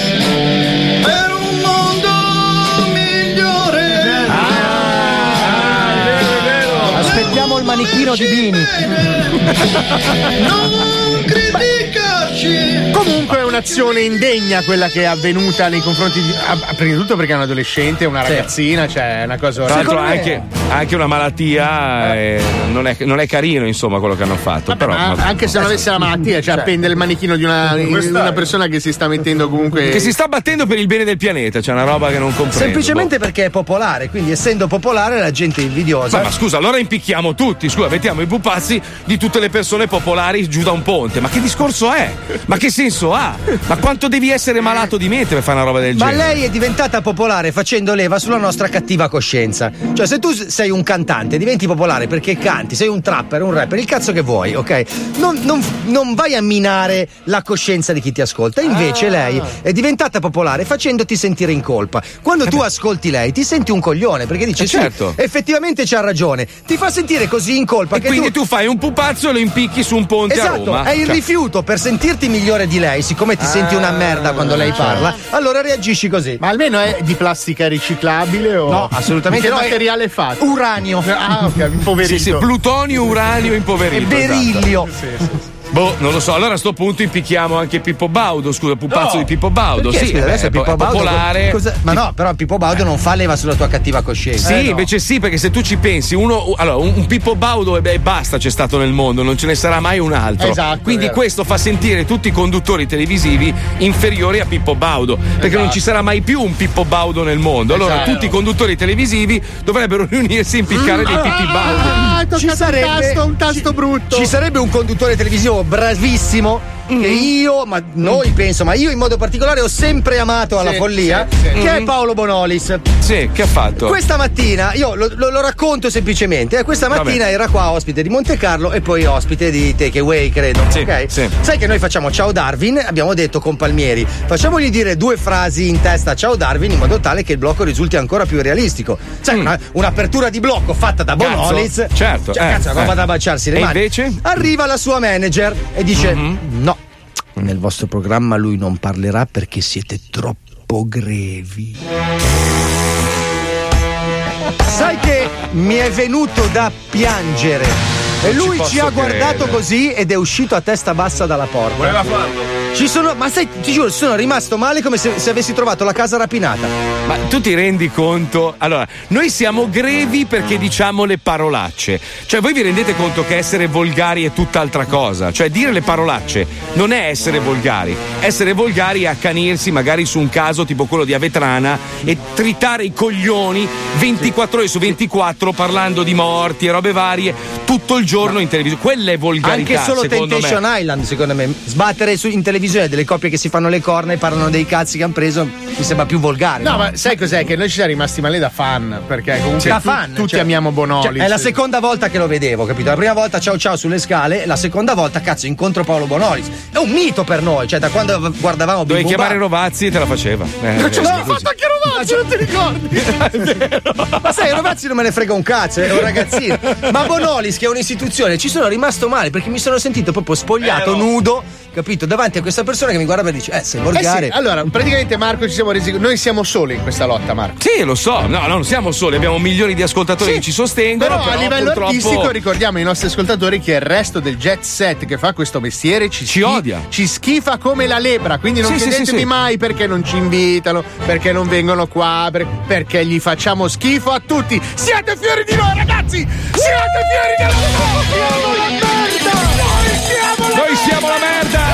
per un mondo migliore. Aspettiamo il manichino di Bini. Non criticarci. Comunque è un'azione indegna quella che è avvenuta nei confronti di. ah, Prima di tutto perché è un adolescente, una Sì. ragazzina, cioè è una cosa Tra l'altro orribile. anche, anche una malattia, eh, non, è, non è carino insomma quello che hanno fatto. Però, Ma vabbè. anche se non avesse la malattia, cioè appende il manichino di una, di una persona che si sta mettendo comunque. Che si sta battendo per il bene del pianeta, c'è una roba che non comprendo. Semplicemente perché è popolare, quindi essendo popolare la gente è invidiosa. Ma, ma scusa, allora impicchiamo tutti, scusa, mettiamo i pupazzi di tutte le persone popolari giù da un ponte. Ma che discorso è? Ma che senso ha? Ma quanto devi essere malato di mente per fare una roba del Ma genere? lei è diventata popolare facendo leva sulla nostra cattiva coscienza. Cioè, se tu sei un cantante, diventi popolare perché canti, sei un trapper, un rapper, il cazzo che vuoi, ok? Non, non- non vai a minare la coscienza di chi ti ascolta. Invece Ah. lei è diventata popolare facendoti sentire in colpa. Quando tu ascolti lei, ti senti un coglione perché dici Eh, certo. sì, effettivamente c'ha ragione. Ti fa sentire così in colpa E che quindi tu tu fai un pupazzo e lo impicchi su un ponte a Esatto, Roma. è il Cioè, rifiuto per sentirti migliore di lei, siccome ti senti una merda quando lei parla, allora reagisci così. Ma almeno è di plastica riciclabile o. No, assolutamente Di che no, è materiale è fatto? Uranio. Ah, ok, impoverito. Sì, sì, plutonio, uranio impoverito. E berillio. esatto. Boh, non lo so, allora a sto punto impicchiamo anche Pippo Baudo, scusa, pupazzo No. di Pippo Baudo. Perché, Sì, scusa, eh, adesso è Pippo po- è Baudo popolare. cosa- ma no, però Pippo Baudo non fa leva sulla tua cattiva coscienza. Sì, Eh, no. invece sì, perché se tu ci pensi, uno, allora, un, un Pippo Baudo e beh, basta c'è stato nel mondo, non ce ne sarà mai un altro. Esatto, Quindi vero. questo fa sentire tutti i conduttori televisivi inferiori a Pippo Baudo, perché Esatto. non ci sarà mai più un Pippo Baudo nel mondo. Allora Esatto. tutti i conduttori televisivi dovrebbero riunirsi e impiccare dei Pippi Baudo. Ah, tocca Ci un sarebbe- tasto, un tasto brutto. Ci sarebbe un conduttore televisivo bravissimo che io, ma noi penso, ma io in modo particolare ho sempre amato alla Sì, follia, sì, sì. che è Mm. Paolo Bonolis. Sì, che ha fatto? Questa mattina, io lo, lo- lo racconto semplicemente, eh, questa mattina Vabbè. era qua ospite di Monte Carlo e poi ospite di Takeaway, credo. Sì, ok? sì. Sai che noi facciamo Ciao Darwin, abbiamo detto con Palmieri, facciamogli dire due frasi in testa a Ciao Darwin in modo tale che il blocco risulti ancora più realistico. Sai, una- un'apertura di blocco fatta da Mm. Cazzo, Bonolis. certo, Cioè, eh, cazzo, è roba eh. da baciarsi le E mani. invece? Arriva la sua manager e dice: Mhm. no, nel vostro programma lui non parlerà perché siete troppo grevi. Sai che mi è venuto da piangere e Non ci lui posso ci ha guardato credere. così ed è uscito a testa bassa dalla porta. Voleva farlo. Ci sono, ma sai, ti giuro, sono rimasto male come se, se avessi trovato la casa rapinata. Ma tu ti rendi conto? Allora, noi siamo grevi perché diciamo le parolacce. Cioè, voi vi rendete conto che essere volgari è tutt'altra cosa? Cioè, dire le parolacce non è essere volgari. Essere volgari è accanirsi magari su un caso tipo quello di Avetrana e tritare i coglioni ventiquattro ore su ventiquattro parlando di morti e robe varie tutto il giorno in televisione. Quella è volgarità, Anche solo secondo Temptation me. Island, secondo me. Sbattere su, in televisione delle coppie che si fanno le corna e parlano dei cazzi che hanno preso mi sembra più volgare. No, ma sai cos'è? Che noi ci siamo rimasti male da fan. Perché comunque da tu- fan, tutti cioè- amiamo Bonolis. Cioè, è la seconda volta che lo vedevo, capito? La prima volta ciao ciao sulle scale, la seconda volta cazzo incontro Paolo Bonolis. È un mito per noi, cioè da quando guardavamo Dovevi Bim Bum chiamare Bam. Rovazzi e te la faceva. Eh, Non ce eh, l'ho così. fatto anche Rovazzi, non ti ricordi? Ma sai, Rovazzi non me ne frega un cazzo, è un ragazzino. Ma Bonolis, che è un'istituzione, ci sono rimasto male perché mi sono sentito proprio spogliato, nudo, capito? Davanti a questa persona che mi guarda e dice: Eh, sei Eh volgare. sì, allora, praticamente Marco ci siamo resi. Noi siamo soli in questa lotta, Marco. Sì, lo so, no, non siamo soli, abbiamo milioni di ascoltatori Sì, che ci sostengono. Però, Però, a livello purtroppo... artistico ricordiamo ai nostri ascoltatori che il resto del jet set che fa questo mestiere ci, Ci odia. ci schifa come la lepra. Quindi non Sì, sì, chiedetemi sì, sì. mai perché non ci invitano, perché non vengono qua, per- perché gli facciamo schifo a tutti. Siete fieri di noi, ragazzi! Siete fieri di noi! Siamo la merda! Noi siamo la Noi siamo la merda!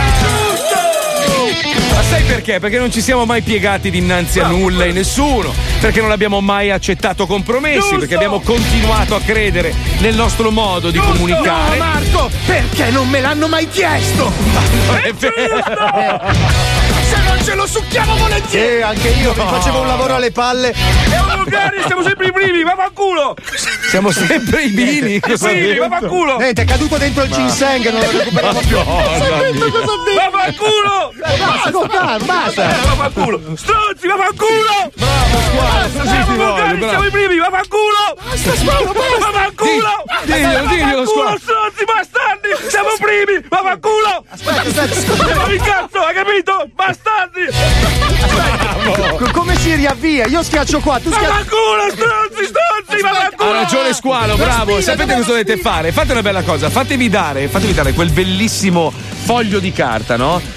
Ma sai perché? Perché non ci siamo mai piegati dinanzi a nulla e nessuno, perché non abbiamo mai accettato compromessi, Giusto. perché abbiamo continuato a credere nel nostro modo di comunicare. No, Marco, perché non me l'hanno mai chiesto? Non è vero. Se non ce lo succhiamo volentieri! Sì, anche io mi facevo un lavoro alle palle. Siamo volgari, siamo sempre i primi, vaffanculo! Siamo sempre i bini. Cosa Sì, ha detto? vaffanculo! Niente, è caduto dentro il ginseng, non lo recuperiamo più. Vaffanculo! Basta, basta. Eh, Vaffanculo! Stronzi, vaffanculo! Basta, siamo ti volgari, voglio, siamo i primi, vaffanculo! Basta, Squalo, basta! Vaffanculo! Diglielo, diglielo, Vaffanculo, Squalo. stronzi, bastardi! Siamo primi, vaffanculo! Aspetta, aspetta. Siamo il cazzo, hai capito? Bastardi! Co- Come si riavvia? Io schiaccio qua, tu schiacci. Vaffanculo, stronzi, stronzi, vaffanculo! Ha ragione Squalo, bravo. sfida, Sapete dov'è cosa dovete fare? Fate una bella cosa, fatevi dare, fatevi dare quel bellissimo foglio di carta, no?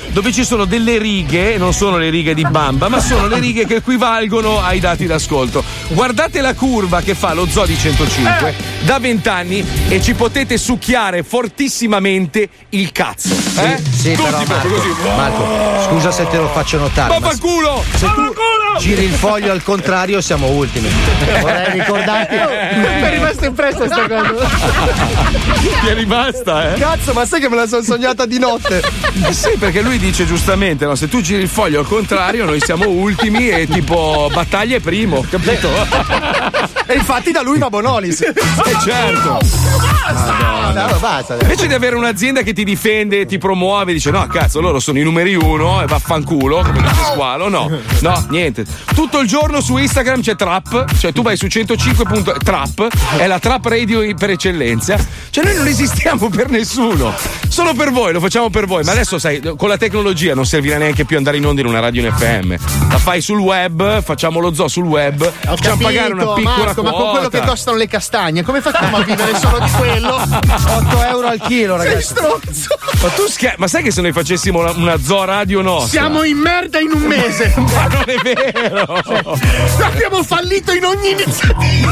dove ci sono delle righe, non sono le righe di Bamba, ma sono le righe che equivalgono ai dati d'ascolto. Guardate la curva che fa lo Zoo di centocinque Eh. da vent'anni e ci potete succhiare fortissimamente il cazzo. Eh? Sì, Tutti però proprio Marco, così. Marco, scusa se te lo faccio notare. ma Vaffanculo! se tu giri il foglio al contrario siamo ultimi. Vorrei ricordarti. Mi è rimasta impressa sta cosa. Ti è rimasta, eh? Cazzo, ma sai che me la sono sognata di notte? Sì, perché lui dice giustamente, no? Se tu giri il foglio al contrario, noi siamo ultimi e tipo battaglia è primo, capito? E infatti da lui va Bonolis. Eh certo. Madonna. No, basta. Invece di avere un'azienda che ti difende, ti promuove, dice no cazzo loro sono i numeri uno e vaffanculo come dice Squalo, no, no, niente. Tutto il giorno su Instagram c'è Trap, cioè tu vai su centocinque punto trap, è la Trap Radio per eccellenza, cioè noi non esistiamo per nessuno, solo per voi, lo facciamo per voi, ma adesso sai, con la tecnologia non servirà neanche più andare in onda in una radio in F M, la fai sul web, facciamo lo zoo sul web, Ho facciamo capito, pagare una piccola Marco, quota. ma con quello che costano le castagne, come facciamo a vivere solo di quello? otto euro al chilo, Sei ragazzi. stronzo. Ma tu scher- ma sai che se noi facessimo una, una zoo radio nostra? Siamo in merda in un mese. Ma non è vero! Cioè, abbiamo fallito in ogni iniziativa.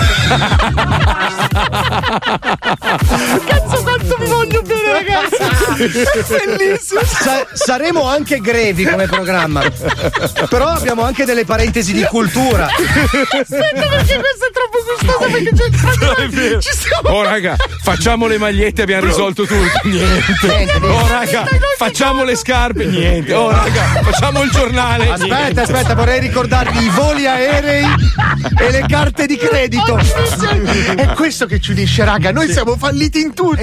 Cazzo quanto vi voglio bene, ragazzi. È bellissimo. Sa- saremo anche grevi come programma. Però abbiamo anche delle parentesi di cultura. Aspetta, perché questo è troppo gustoso, perché c'è ci stiamo. Oh raga, facciamo le magliette, abbiamo risolto tutto. Niente. Oh raga, facciamo le scarpe, niente. Oh raga, facciamo il giornale. Aspetta, niente. aspetta, vorrei ricordarvi i voli aerei e le carte di credito. È questo che ci unisce, raga. Noi siamo falliti in tutto.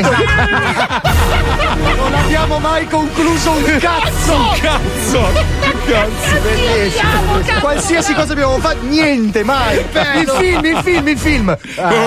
Non abbiamo mai concluso un cazzo. Un cazzo. Un cazzo. Bellissimo. Qualsiasi cosa abbiamo fatto, niente, mai. Il film, il film, il film.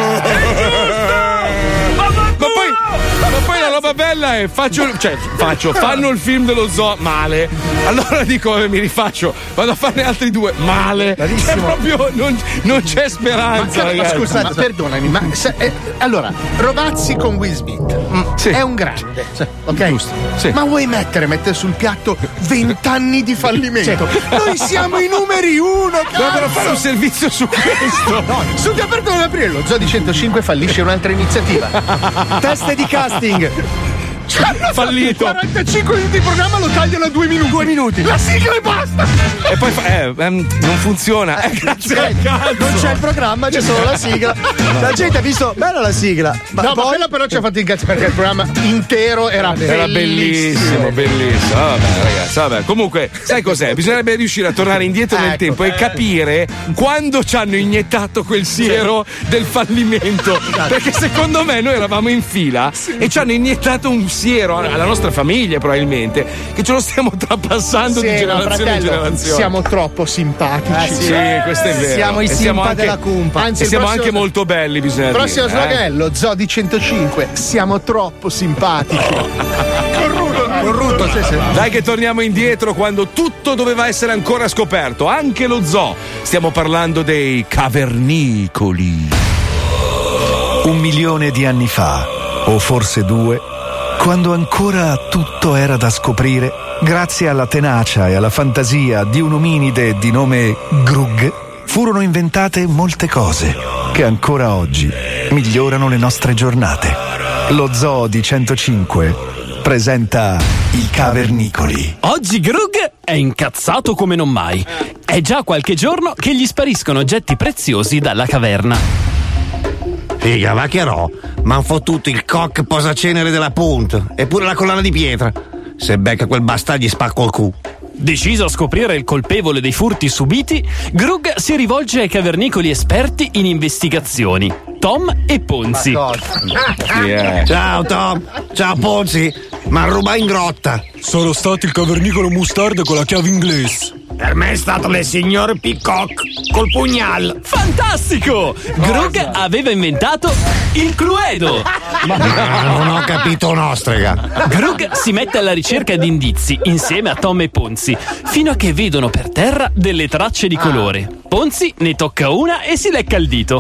Ma poi, ma poi la roba bella è faccio, cioè faccio, fanno il film dello zoo male. Allora dico eh, mi rifaccio, vado a farne altri due male. È proprio non, non c'è speranza. Ma, ragazzi. scusate, ma, perdonami, ma se, eh, allora, Rovazzi con Will Smith mm, sì. è un grande, sì. ok? Giusto, sì. Ma vuoi mettere, mettere sul piatto vent'anni di fallimento? Noi siamo i numeri uno, cazzo! Dovrebbero fare un servizio su questo. No, subito aperto ad aprile, lo Zoo di centocinque fallisce un'altra iniziativa. Teste di casting. Fallito. quarantacinque minuti di programma lo tagliano a due minuti. Due minuti. La sigla e basta. E poi fa, eh, ehm, non funziona. Eh, grazie al cazzo. Non c'è il programma, c'è solo la sigla. La gente ha visto, bella la sigla. Ma no, poi... ma quella però ci ha fatto incazzo perché il programma intero era, Era bellissimo, bellissimo. Vabbè, ragazzi, vabbè. Comunque, sai cos'è? Bisognerebbe riuscire a tornare indietro nel Ecco, tempo e eh. capire quando ci hanno iniettato quel siero del fallimento. Perché secondo me noi eravamo in fila e ci hanno iniettato un siero alla nostra famiglia, probabilmente, che ce lo stiamo trapassando Sì, di ma generazione in fratello, generazione. siamo troppo simpatici. Eh, sì. Sì, questo è vero. Siamo i E siamo simpa anche, della cumpa. Anzi, e il siamo prossimo- anche molto belli, bisogna Il prossimo dire. slogan eh. è lo Zoo di centocinque. Siamo troppo simpatici. Corrutto, Corrutto, sì, sì. Dai che torniamo indietro quando tutto doveva essere ancora scoperto, anche lo zoo. Stiamo parlando dei cavernicoli. Un milione di anni fa, o forse due, quando ancora tutto era da scoprire, grazie alla tenacia e alla fantasia di un ominide di nome Grug, furono inventate molte cose che ancora oggi migliorano le nostre giornate. Lo Zoo di centocinque presenta i Cavernicoli. Oggi Grug è incazzato come non mai. È già qualche giorno che gli spariscono oggetti preziosi dalla caverna. Figa, va che no, m'han fottuto il cock posacenere della Punt e pure la collana di pietra. Se becca quel bastardo gli spacco il cu. Deciso a scoprire il colpevole dei furti subiti, Grug si rivolge ai cavernicoli esperti in investigazioni, Tom e Ponzi. Yeah. Ciao Tom, ciao Ponzi, m'han rubato in grotta. Sono stato il cavernicolo Mustard con la chiave inglese. Per me è stato il signor Peacock col pugnal. Fantastico! Grug aveva inventato il Cluedo. Ah, non ho capito un'ostrega. Grug si mette alla ricerca di indizi insieme a Tom e Ponzi, fino a che vedono per terra delle tracce di colore. Ponzi ne tocca una e si lecca il dito.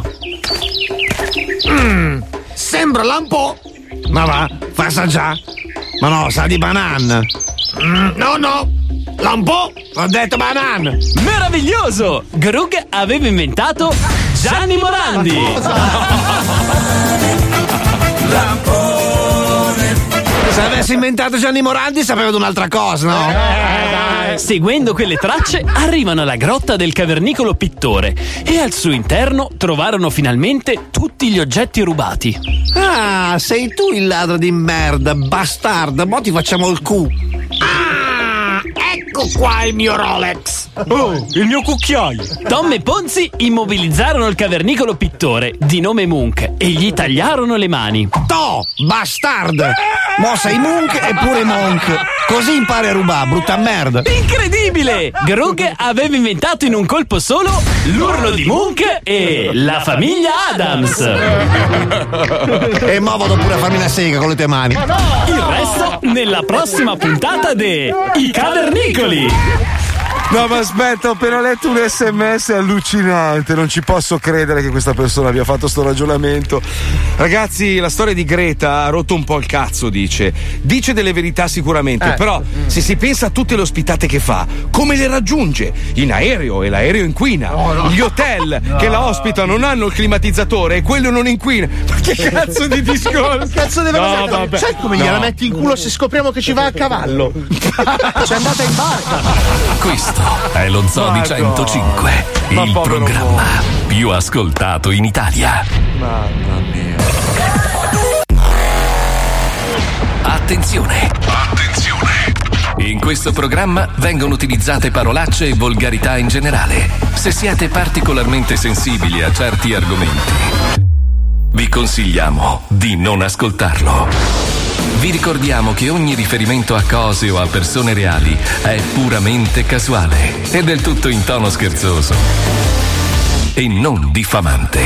Mm, sembra lampo. Ma va, fa assaggiare. Ma no, sa di banana. Mm, no, no, Lampo, ho detto banana. Meraviglioso! Grug aveva inventato Gianni Morandi. Se avessi inventato Gianni Morandi sapeva di un'altra cosa, no? Eh, Seguendo quelle tracce arrivano alla grotta del cavernicolo pittore e al suo interno trovarono finalmente tutti gli oggetti rubati. Ah, sei tu il ladro di merda, bastardo. Mo ti facciamo il cu. Ah, ecco qua il mio Rolex. Oh, il mio cucchiaio. Tom e Ponzi immobilizzarono il cavernicolo pittore di nome Monk e gli tagliarono le mani. To, bastard. Mo sei Monk e pure Monk. Così impari a rubare, brutta merda. Incredibile! Grug aveva inventato in un colpo solo l'urlo di Monk e la famiglia Adams. E mo vado pure a farmi una sega con le tue mani. Il resto nella prossima puntata de I Cavernicoli. No, ma aspetta, ho appena letto un sms allucinante, non ci posso credere che questa persona abbia fatto sto ragionamento. Ragazzi, la storia di Greta ha rotto un po' il cazzo, dice. Dice delle verità sicuramente, Eh. però se si pensa a tutte le ospitate che fa, come le raggiunge? In aereo e l'aereo inquina. No, no. Gli hotel No. che la ospitano non hanno il climatizzatore e quello non inquina. Ma che cazzo di discorso? Cazzo deve No, essere? vabbè. Sai come No. gliela metti in culo se scopriamo che ci va a cavallo? C'è andata in barca. Questo è lo Zoo di Ma centocinque, no. il Ma povero programma più ascoltato in Italia. Mamma mia. Attenzione! Attenzione! In questo programma vengono utilizzate parolacce e volgarità in generale. Se siete particolarmente sensibili a certi argomenti, vi consigliamo di non ascoltarlo. Vi ricordiamo che ogni riferimento a cose o a persone reali è puramente casuale e del tutto in tono scherzoso e non diffamante.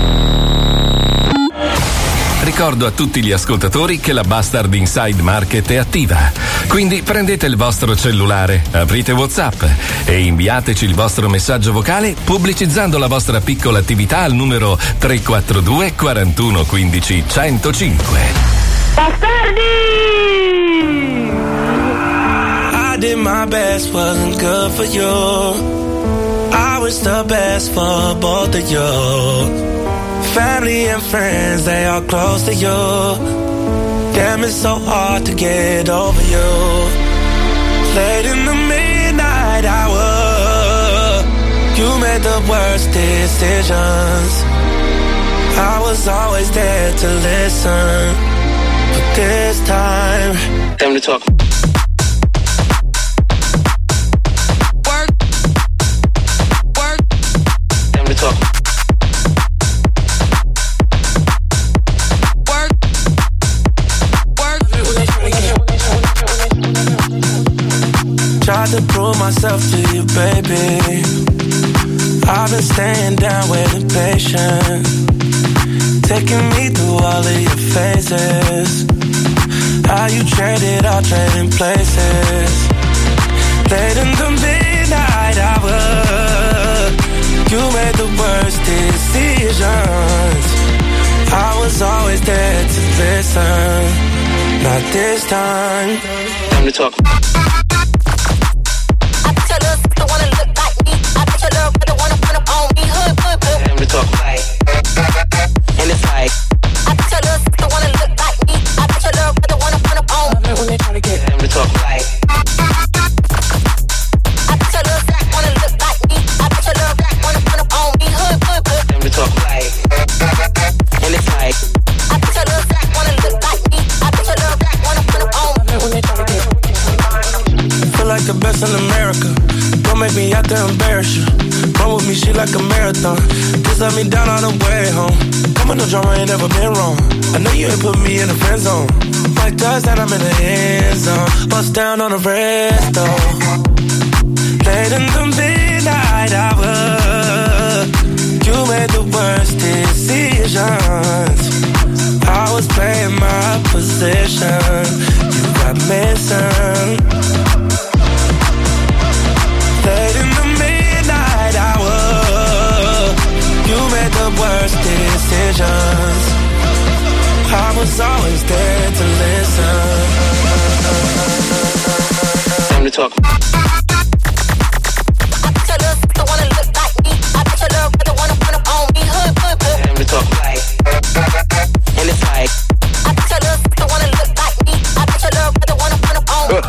Ricordo a tutti gli ascoltatori che la Bastard Inside Market è attiva, quindi prendete il vostro cellulare, aprite WhatsApp e inviateci il vostro messaggio vocale pubblicizzando la vostra piccola attività al numero tre quattro due quarantuno quindici centocinque. Bastardi! I did my best, wasn't good for you. I was the best for both of you. Family and friends, they are close to you. Damn, it's so hard to get over you. Late in the midnight hour, you made the worst decisions. I was always there to listen, but this time, time to talk. Work, work, time to talk. Work, work. Tried to prove myself to you, baby. I've been staying down, waiting patient, taking me through all of your phases. How you traded all trading places. Late in the midnight hour, you made the worst decisions. I was always there to listen. Not this time. Time to talk. I bet your little sister wanna look like me. I bet your little brother wanna put up on me. Hood, hood, hood. Time to talk. And it's like, I bet your little sister wanna look like me. I bet your little brother wanna put up on me. When they try to get time to talk. Like, I bet your little black wanna look like me. I bet your little black wanna put up on me. Hood, hood, hood. Time to talk. Like, and it's like, I bet your little black wanna look like me. I bet your little black wanna put up on me. When they try to get feel like the best in America. Don't make me out there embarrass you. Run with me, she like a marathon. Just let me down on the way home. Come on, no drama, ain't never been wrong. I know you ain't put me in the friend zone. Like does that, I'm in the end zone. Bust down on the rest though. Late in the midnight hour, you made the worst decisions. I was playing my position. You got missing. Late in the midnight hour, you made the worst decisions. I was always there to listen. Time to talk.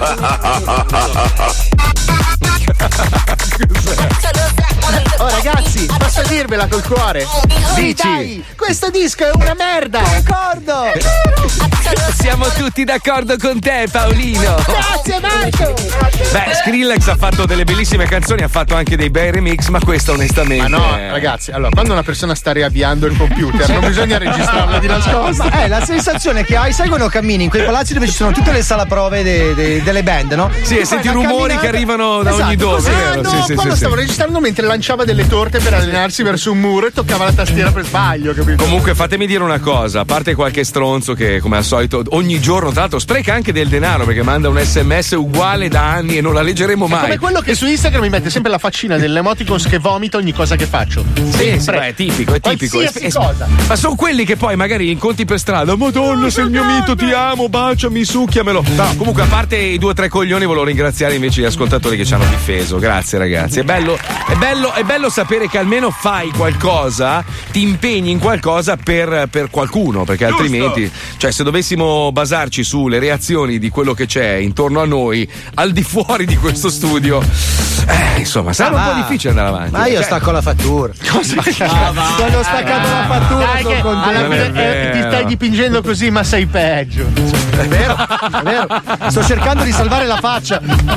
Oh ragazzi, posso dirvela col cuore? Dici? Dai, questo disco è una merda! Concordo! Siamo tutti d'accordo con te, Paolino. Grazie Marco! Beh, Skrillex ha fatto delle bellissime canzoni, ha fatto anche dei bei remix, ma questa onestamente. Ma no, ragazzi, allora, quando una persona sta riavviando il computer, non bisogna registrarla di nascosto. Ma è la sensazione che hai, sai quando cammini in quei palazzi dove ci sono tutte le sala prove de, de, delle band, no? Sì, e senti i rumori che arrivano da esatto, ogni dove. Così, Vero? ah, no, sì, sì, quello sì, stavo sì. registrando mentre lanciava delle torte per allenarsi verso un muro e toccava la tastiera per sbaglio, capito? Comunque fatemi dire una cosa, a parte qualche stronzo che come al solito ogni giorno tra l'altro spreca anche del denaro perché manda un sms uguale da anni e non la leggeremo mai. È come quello che su Instagram mi mette sempre la faccina dell'emoticons che vomita ogni cosa che faccio. Sì, sì, beh, è tipico, è tipico. Qualsiasi È- è- cosa. Ma sono quelli che poi magari incontri per strada. Madonna, sei il mio mito, ti amo, baciami, succhiamelo. No, comunque, a parte i due o tre coglioni, volevo ringraziare invece gli ascoltatori che ci hanno difeso. Grazie, ragazzi. È bello, è bello, è bello sapere che almeno fai qualcosa, ti impegni in qualcosa per, per qualcuno, perché Giusto. altrimenti, cioè, se dovessimo basarci sulle reazioni di quello che c'è intorno a noi, al di fuori di questo studio, eh, insomma, sarà Ah, un po' va. difficile andare avanti. Ma io Cioè, stacco la fattura. Ah, va. Quando ho staccato la fattura, Dai, sono che contento. alla Non è fine eh, ti vero. stai dipingendo così, ma sei peggio. È vero, è vero. Sto cercando di salvare la faccia.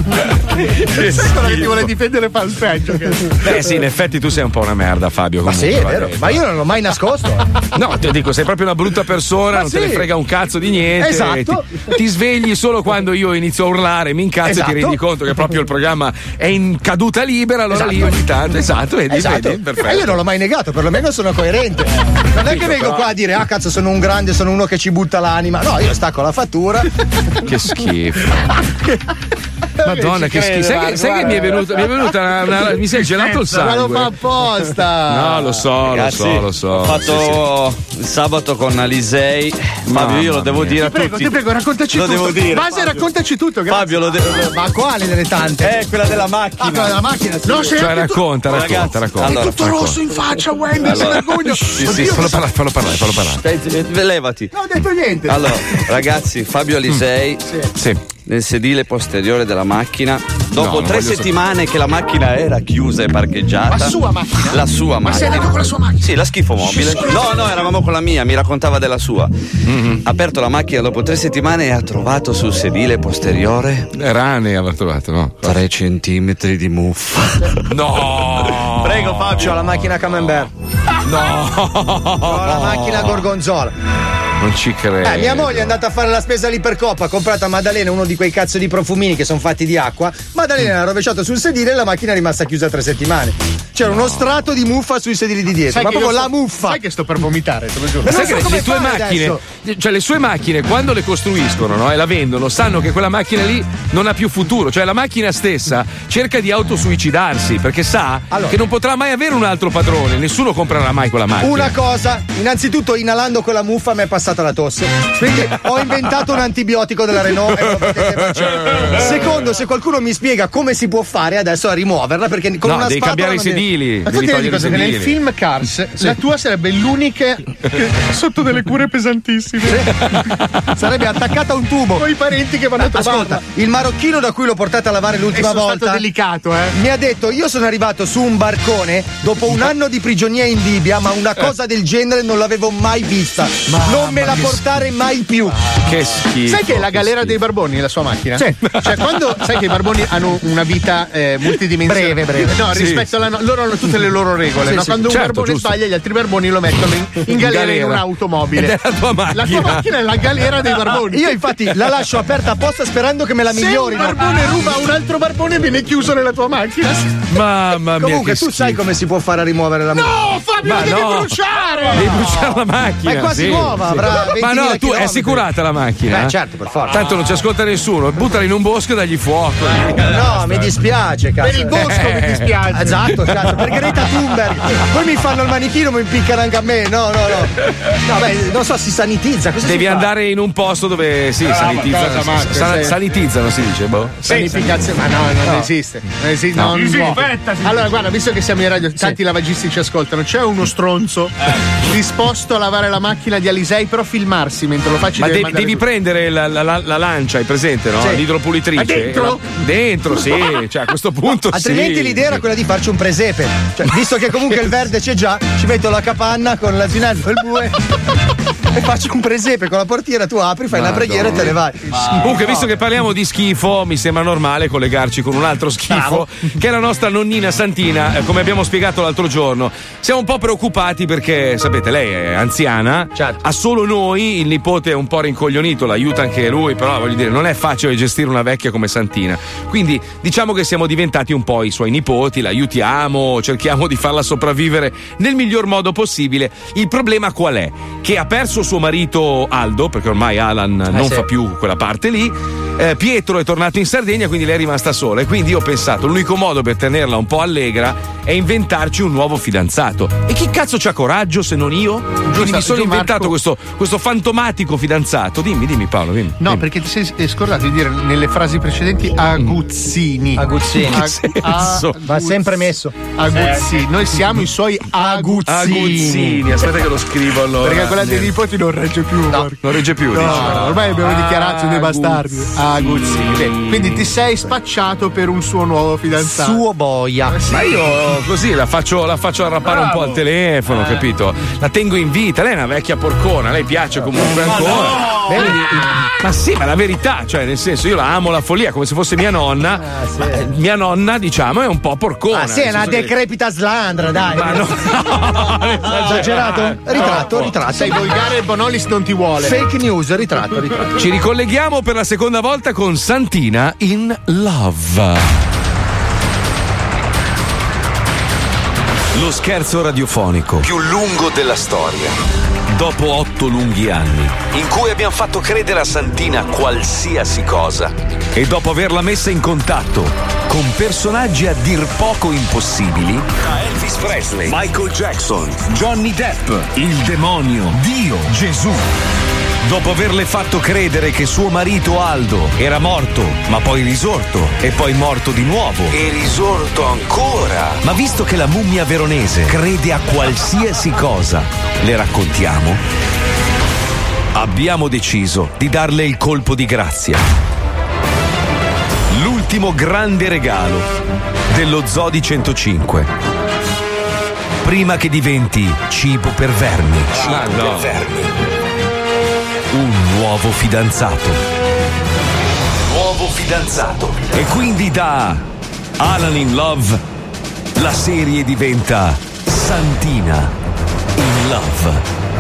Sai quello che ti vuole difendere fa il peggio. che- Beh, sì, in effetti tu sei un po' una merda, Fabio. Ma Comunque, sì, è va vero. bene. Ma io non l'ho mai nascosto. No, ti dico, sei proprio una brutta persona, Ma non sì. te ne frega un cazzo di niente. Esatto. Ti, ti svegli solo quando io inizio a urlare, mi incazzo Esatto. e ti rendi conto che proprio il programma è in caduta libera, allora lì ogni tanto, esatto, vedi, Esatto. vedi, perfetto. Ma io non l'ho mai negato, perlomeno sono coerente. Non è che vengo qua a dire, ah cazzo, sono un grande, sono uno che ci butta l'anima. No, io stacco la fattura. Che schifo. Madonna, che schifo. Sai che, sai che mi è venuta, mi è venuta una, una- mi si è gelato il Ma lo fa sangue. apposta. No, lo so, Ragazzi, lo so, lo so. ho fatto il sabato con Alisei. Fabio, io lo devo mia. dire a Ti prego, tutti. ti prego, raccontaci Lo tutto. devo dire. Base, raccontaci tutto. grazie. Fabio, lo devo. Ma quale delle tante? Eh, quella della macchina. Ah, quella della macchina. sì. No, sei Cioè, anche tu- racconta, racconta, Ragazzi, racconta. allora, tutto racconta. rosso in faccia, Wender, sei vergogno. Sì, sì, Oddio, fallo parlare, fallo parlare, fallo parlare. Stai, levati. non ho detto niente. Allora, ragazzi, Fabio Alisei Sì. nel sedile posteriore della macchina. Dopo No, non tre voglio settimane che la macchina era chiusa e parcheggiata. La sua macchina? La sua Ma sei macchina. andato con la sua macchina? Sì, la schifo mobile. No, no, eravamo con la mia, mi raccontava della sua. Mm-hmm. Ha aperto la macchina dopo tre settimane e ha trovato sul sedile posteriore Rane aveva trovato, no? tre centimetri di muffa. No! Prego, Fabio. C'ho la macchina Camembert. No! Ho la macchina Gorgonzola. Non ci credo. Eh, mia moglie è andata a fare la spesa lì per Coppa, ha comprato a Maddalena uno di quei cazzo di profumini che sono fatti di acqua. Maddalena l'ha rovesciato sul sedile e la macchina è rimasta chiusa tre settimane. C'era uno strato di muffa sui sedili di dietro, Sai ma che proprio io la sto- muffa. Sai che sto per vomitare, te lo giuro. Ma Sai non so che come le tue fare macchine, adesso. cioè le sue macchine, quando le costruiscono, no, e la vendono, sanno che quella macchina lì non ha più futuro. Cioè la macchina stessa cerca di autosuicidarsi perché sa Allora. che non potrà mai avere un altro padrone. Nessuno comprerà mai quella macchina. Una cosa, innanzitutto inalando quella muffa mi è passata la tosse. Quindi ho inventato un antibiotico della Renault e lo potete facere. Secondo, se qualcuno mi spiega come si può fare adesso a rimuoverla, perché con No, una devi spatola cambiare i non viene- sedili. Ma tu Devi ti rendi togliere i conto che nel sedili. film Cars la tua sarebbe l'unica che- sotto delle cure pesantissime. Sarebbe attaccata a un tubo. Con i parenti che vanno a trovarla. Ascolta, il marocchino da cui l'ho portata a lavare l'ultima È stato volta delicato, eh. mi ha detto: io sono arrivato su un barcone dopo un anno di prigionia in Libia, ma una cosa del genere non l'avevo mai vista. Non me la portare mai più. Che schifo. Sai che è la galera dei barboni la sua macchina? Sì. Cioè, quando sai che i barboni hanno una vita eh, multidimensionale. Breve, breve. No, Sì. rispetto alla no- loro hanno tutte le loro regole. Sì, no? sì. Quando un Certo, barbone giusto. sbaglia, gli altri barboni lo mettono in, in galera in galera. un'automobile. Ed è la tua macchina. La tua macchina è la galera dei barboni. Io infatti la lascio aperta apposta sperando che me la Se un migliorino. barbone ruba un altro barbone viene chiuso nella tua macchina. Mamma mia. Comunque che tu sai schifo. come si può fare a rimuovere la macchina? No, Fabio, Ma la devi no. bruciare! Devi bruciare la macchina. Ma è quasi sì, nuova, sì. avrà Ma ventimila no, tu è chilometri. assicurata la macchina? Beh, certo, per forza. Tanto non ci ascolta nessuno. Buttala in un bosco e dagli fuoco. No, mi dispiace, cazzo. Per il bosco mi dispiace. Esatto, cazzo, per Greta Thunberg. Poi mi fanno il manichino, mi impiccano anche a me. No, no, no. No, beh, non so, si sanitizza. Cosa Devi si fa? andare in un posto dove sì, Ah, sanitizzano. ma cosa, Marco, sa- sei- sanitizzano si dice, boh. Sanificazione, ma no, non No. esiste. Non esiste, No. non può. Allora, guarda, visto che siamo in radio, tanti lavagisti ci ascoltano. C'è uno stronzo disposto a lavare la macchina di Alisei, però filmarsi mentre lo faccio. Ma deve devi, mandare devi tu. prendere la, la, la, la lancia, hai presente, no? Sì. L'idropulitrice. Ma dentro? Dentro, sì, cioè a questo punto Altrimenti sì. l'idea era quella di farci un presepe. Cioè, visto che comunque il verde c'è già, ci metto la capanna con l'asinello e il bue e faccio un presepe con la portiera, tu apri, fai Madonna. una preghiera e te ne vai. Comunque, visto che parliamo di schifo, mi sembra normale collegarci con un altro schifo, Bravo. che è la nostra nonnina Santina, eh, come abbiamo spiegato l'altro giorno. Siamo un po' preoccupati perché, sapete, lei è anziana, ha solo noi, il nipote è un po' rincoglionito, l'aiuta anche lui, però voglio dire, non è facile gestire una vecchia come Santina. Quindi diciamo che siamo diventati un po' i suoi nipoti, l'aiutiamo, cerchiamo di farla sopravvivere nel miglior modo possibile. Il problema qual è? Che ha perso suo marito Aldo, perché ormai Alan Eh, non sì. fa più quella parte lì. Eh, Pietro è tornato in Sardegna, quindi lei è rimasta sola. E quindi io ho pensato, l'unico modo per tenerla un po' allegra è inventarci un nuovo fidanzato. E chi cazzo c'ha coraggio se non io? Quindi mi sono giù, inventato Marco. questo, questo fantomatico fidanzato. Dimmi, dimmi Paolo, dimmi. No, dimmi. perché ti sei eh, scordato di dire nelle frasi precedenti aguzzini. Aguzzini. Ag- senso? a- Va sempre messo. Aguzzini. Noi siamo i suoi aguzzini. Aguzzini, aspetta che lo scrivo allora. Perché quella dei nipoti non regge più. No, non regge più. No, dici. ormai abbiamo dichiarato siamo dei bastardi. Aguzzini. Beh, quindi ti sei spacciato per un suo nuovo fidanzato. Suo boia. Ma io così la faccio, la faccio arrappare un po' al telefono, Eh. capito? La tengo in vita, lei è una vecchia porcona, lei piace comunque ancora. Vedi? Ma sì, ma la verità, cioè nel senso io la amo la follia come se fosse mia nonna. Ma, eh, mia nonna, diciamo, è un po' porcona. Ah, sì, è nel una senso che- decrepita slandra, dai. Ma no, Esagerato? Ritratto, ritratto. Sei volgare e Bonolis non ti vuole. Fake news, ritratto, ritratto. Ci ricolleghiamo per la seconda volta con Santina in Love. Lo scherzo radiofonico più lungo della storia. Dopo otto lunghi anni, in cui abbiamo fatto credere a Santina qualsiasi cosa, e dopo averla messa in contatto con personaggi a dir poco impossibili, da Elvis Presley, Michael Jackson, Johnny Depp, il demonio, Dio, Gesù. Dopo averle fatto credere che suo marito Aldo era morto, ma poi risorto, e poi morto di nuovo, e risorto ancora. Ma visto che la mummia veronese crede a qualsiasi cosa, le raccontiamo, abbiamo deciso di darle il colpo di grazia. L'ultimo grande regalo dello Zoo di centocinque. Prima che diventi cibo per vermi. Cibo Ah, no. per vermi. Un nuovo fidanzato. Nuovo fidanzato. E quindi da Alan in Love la serie diventa Santina in Love.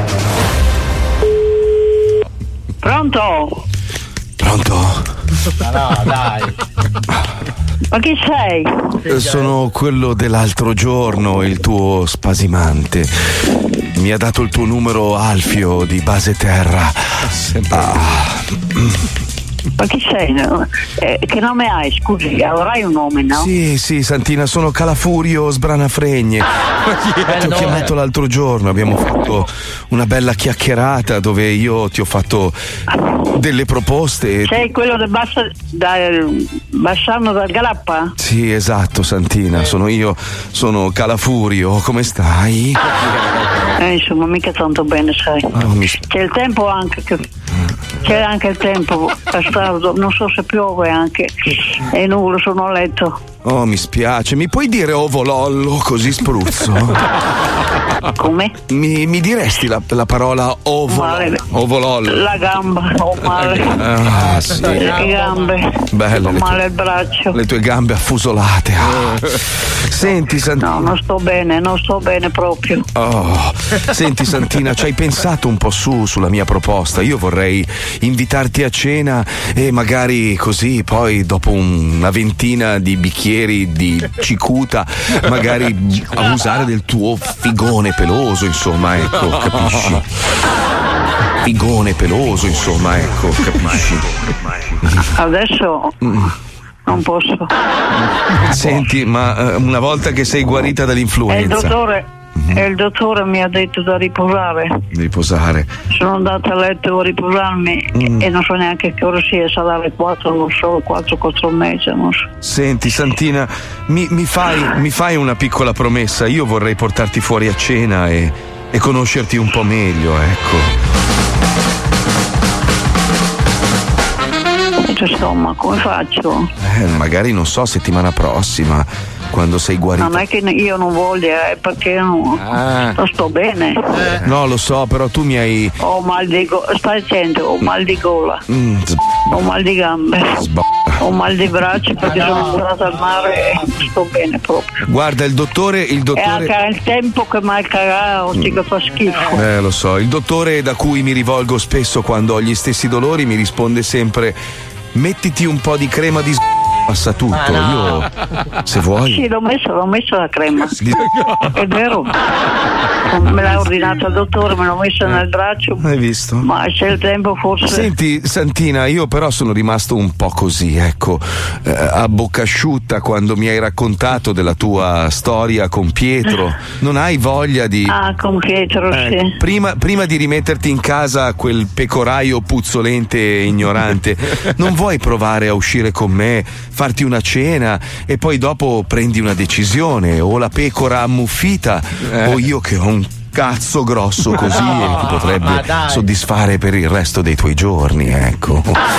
Pronto? Pronto? Ma no, dai. Ma chi sei? Eh, Sono quello dell'altro giorno, il tuo spasimante. Mi ha dato il tuo numero Alfio di base terra. Ah. Ma chi sei? No? Eh, che nome hai? Scusi, avrai un nome, no? Sì, sì, Santina, sono Calafurio Sbranafregne. Ti ho chiamato l'altro giorno, abbiamo fatto una bella chiacchierata dove io ti ho fatto delle proposte. Sei quello del Bassa, da, Bassano dal Galappa? Sì, esatto, Santina, sono io, sono Calafurio, come stai? Eh, insomma, mica tanto bene, sai. Oh, mi- C'è il tempo anche che. C'è anche il tempo, bastardo, non so se piove anche. È nuvolo, sono a letto. Oh, mi spiace, mi puoi dire ovolollo così spruzzo? Come? Mi, mi diresti la, la parola ovo, Male. ovolollo? La gamba, ho male. Ah, sì. Le gambe. Belle Ho le male tue, al braccio. le tue gambe affusolate. Ah. Senti, Santina. No, non sto bene, non sto bene proprio. Oh, senti Santina, ci hai pensato un po' su sulla mia proposta? Io vorrei invitarti a cena e magari così poi dopo una ventina di bicchieri di cicuta magari abusare del tuo figone peloso, insomma, ecco, capisci? Figone peloso, insomma, ecco, capisci? Adesso non posso. Senti, ma eh, una volta che sei guarita E il dall'influenza. dottore, e il dottore mi ha detto da riposare. Riposare. Sono andata a letto a riposarmi Mm. e non so neanche che ora sia, sarà le quattro, non so, quattro, quattro e mezza, non so. Senti Santina, mi, mi fai, mi fai una piccola promessa, io vorrei portarti fuori a cena e, e conoscerti un po' meglio, ecco. Insomma, come faccio? Eh, magari non so, settimana prossima, quando sei guarito. Non è che io non voglio, è perché non, Ah. non sto bene. No, lo so, però tu mi hai. Ho mal di gola, stai attento, ho mal di gola, Mm, z- ho mal di gambe, ho mal di braccia perché sono andata al mare e non sto bene proprio. Guarda, il dottore, il E dottore. anche il tempo che mi ha cagato, sì, che fa schifo. Eh, lo so, il dottore da cui mi rivolgo spesso quando ho gli stessi dolori mi risponde sempre: mettiti un po' di crema di s***, passa tutto. Ah, no. Io, se vuoi. Sì, l'ho messo, l'ho messo la crema. È vero. Me l'ha ordinato il dottore, me l'ho messa nel braccio. Hai visto? Ma c'è il tempo forse. Senti, Santina, io però sono rimasto un po' così, ecco, eh, a bocca asciutta quando mi hai raccontato della tua storia con Pietro. Non hai voglia di. Ah, con Pietro, Eh, sì. prima, prima di rimetterti in casa quel pecoraio puzzolente e ignorante, non vuoi provare a uscire con me, farti una cena e poi dopo prendi una decisione, o la pecora ammuffita o io che ho un cazzo grosso così e ti potrebbe soddisfare per il resto dei tuoi giorni, ecco.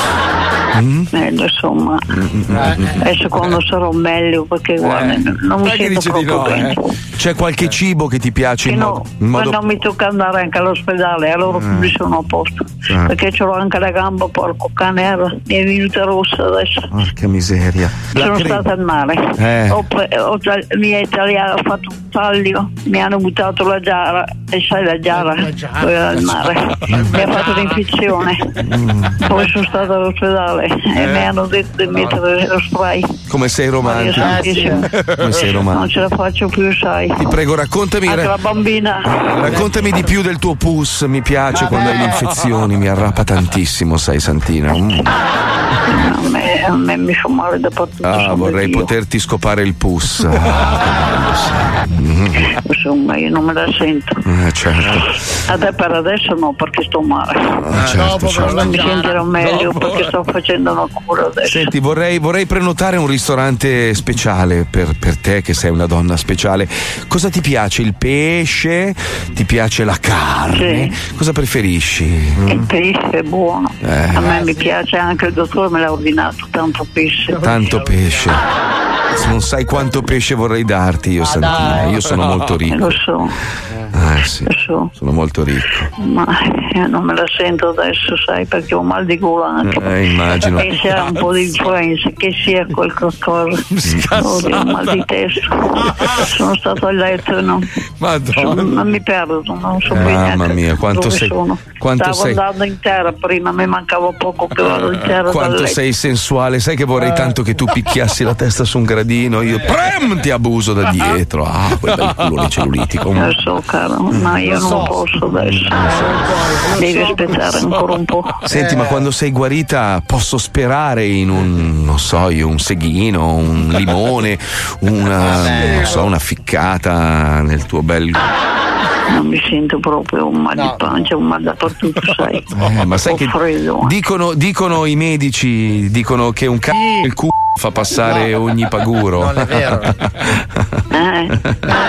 Mm? Eh, insomma, adesso quando sarò meglio, perché guarda, non mi sento proprio bene. C'è qualche cibo che ti piace Che in no, modo, in modo- ma non mi tocca andare anche all'ospedale, allora Eh. mi sono a posto. Eh. Perché c'ho anche la gamba, porco cane, mi è venuta rossa adesso. Porca miseria. La Sono cre- stata al mare, Eh. ho, pre- ho tag- mi è tagliato, ho fatto un taglio, mi hanno buttato la giara, e sai la giara, quella del mare, mi ha fatto l'infezione, poi sono stata all'ospedale e Eh. mi hanno detto di mettere lo spray. Come sei romantico. Santissimo. Come sei Non romantico. ce la faccio più, sai. Ti prego, raccontami. Anche la bambina. Raccontami di più del tuo pus, mi piace quando hai le infezioni, mi arrapa tantissimo, sai Santina. Mm. A me, a me mi fa male dappertutto. Ah, sono vorrei Dio. poterti scopare il pus. Ah, che bello sei. Mm. Insomma, io non me la sento. Eh, certo. A te per adesso no, perché sto male. Ah, certo, certo. Non mi sentirò meglio Dopo. perché sto facendo una cura adesso. Senti, vorrei, vorrei prenotare un ristorante speciale per, per te che sei una donna speciale. Cosa ti piace? Il pesce? Ti piace la carne? Cosa preferisci? Il pesce è buono. Eh. A me mi piace, anche il dottore me l'ha ordinato, tanto pesce. Tanto pesce. Non sai quanto pesce vorrei darti io, Santina. Io sono molto Eh, ricco. Lo so, Eh sì, lo so. sono molto ricco. Ma io non me la sento adesso, sai, perché ho mal di gola anche. Eh, immagino. E se ha un po' di influenza, che sia qualcosa. Odio, mal di testa. Sono stato a letto, no? Sono- non mi perdo, non so più Mamma neanche mia, quanto dove sei- sono. quanto Stavo sei- andando in terra prima, mi mancava poco che vado in terra dal Quanto letto. sei sensuale, sai che vorrei tanto che tu picchiassi la testa su un gradino, io prem, ti abuso da dietro. Ah, quel bel culo cellulitico. Lo so, caro, ma io non posso adesso. Devi aspettare ancora un po'. Senti, ma quando sei guarita posso sperare in un, non so io, un seghino, un limone, una, non so, una ficcata nel tuo bel. Non mi sento proprio un mal di pancia, un mal dappertutto, sai. Eh, ma sai Ho che freddo. dicono, dicono i medici, dicono che un c***o nel culo fa passare ogni paguro. Non è vero. Eh,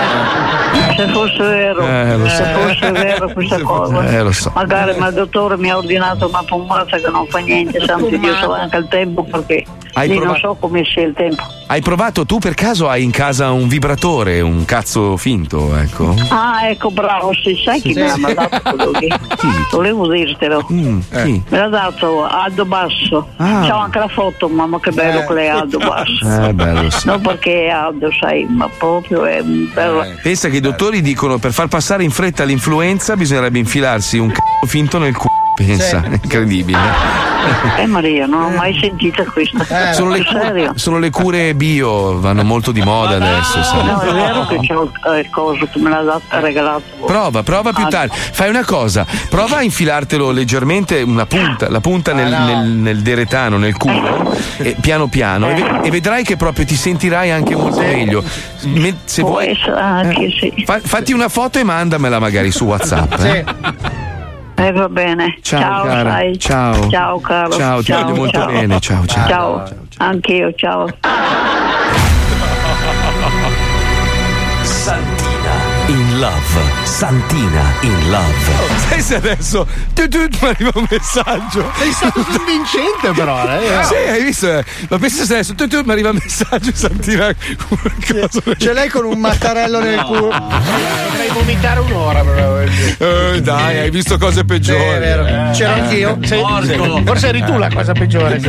se fosse vero, Eh, lo so. se fosse vero questa cosa, Eh, lo so. magari ma il dottore mi ha ordinato una pommata che non fa niente, santo Dio, so anche il tempo perché Hai lì non provato- so come sia il tempo. Hai provato tu per caso hai in casa un vibratore, un cazzo finto, ecco? Ah, ecco, bravo, sì, sai chi Sì. me l'ha mandato quello lì? Volevo dirtelo. Mm, chi? Me l'ha dato Aldo Basso. Ah. C'ho anche la foto, mamma che bello che è Aldo Basso. Eh, bello, sì. Non perché è Aldo, sai, ma proprio è un bello. Pensa che i dottori dicono per far passare in fretta l'influenza bisognerebbe infilarsi un c***o finto nel culo. pensa, Sì. incredibile. Eh Maria, non ho mai sentito questa. sono, le, serio? sono le cure bio, vanno molto di moda adesso. sai. No, è vero che c'è il eh, coso che me l'ha dato, ha regalato. Prova, prova più Ah, tardi. Fai una cosa, prova a infilartelo leggermente, una punta, la punta nel, nel, nel deretano, nel culo, e piano piano, e, ve- e vedrai che proprio ti sentirai anche molto meglio. Me- se Può vuoi, essere anche, sì. fa- fatti una foto e mandamela magari su WhatsApp. Eh? Eh, va bene. Ciao, cara. sai. Ciao. Ciao, caro. Ciao, ti voglio molto bene. Ciao, ciao. Ciao. Anch'io, ciao. Santina in love. Santina in love. Sai se adesso tu, tu, mi arriva un messaggio. Sei stato convincente, però, eh? Sì, hai visto? eh? Ma pensa se adesso tu, tu, mi arriva un messaggio, Santina. Ce l'hai con un mattarello nel culo. Potrei vomitare un'ora, però. Eh, dai, hai visto cose peggiori. Sì, è vero. C'ero anch'io. Sei- Forse eri tu la cosa peggiore.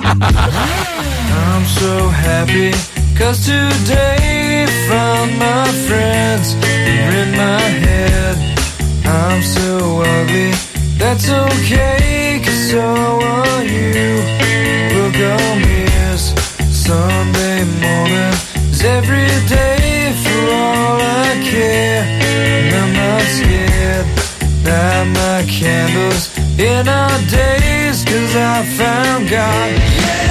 I'm so happy, cause today found my friends are in my head. I'm so ugly, that's okay, cause so are you. Look on me as Sunday morning is every day for all I care. And I'm not scared, light my candles in our days, cause I found God.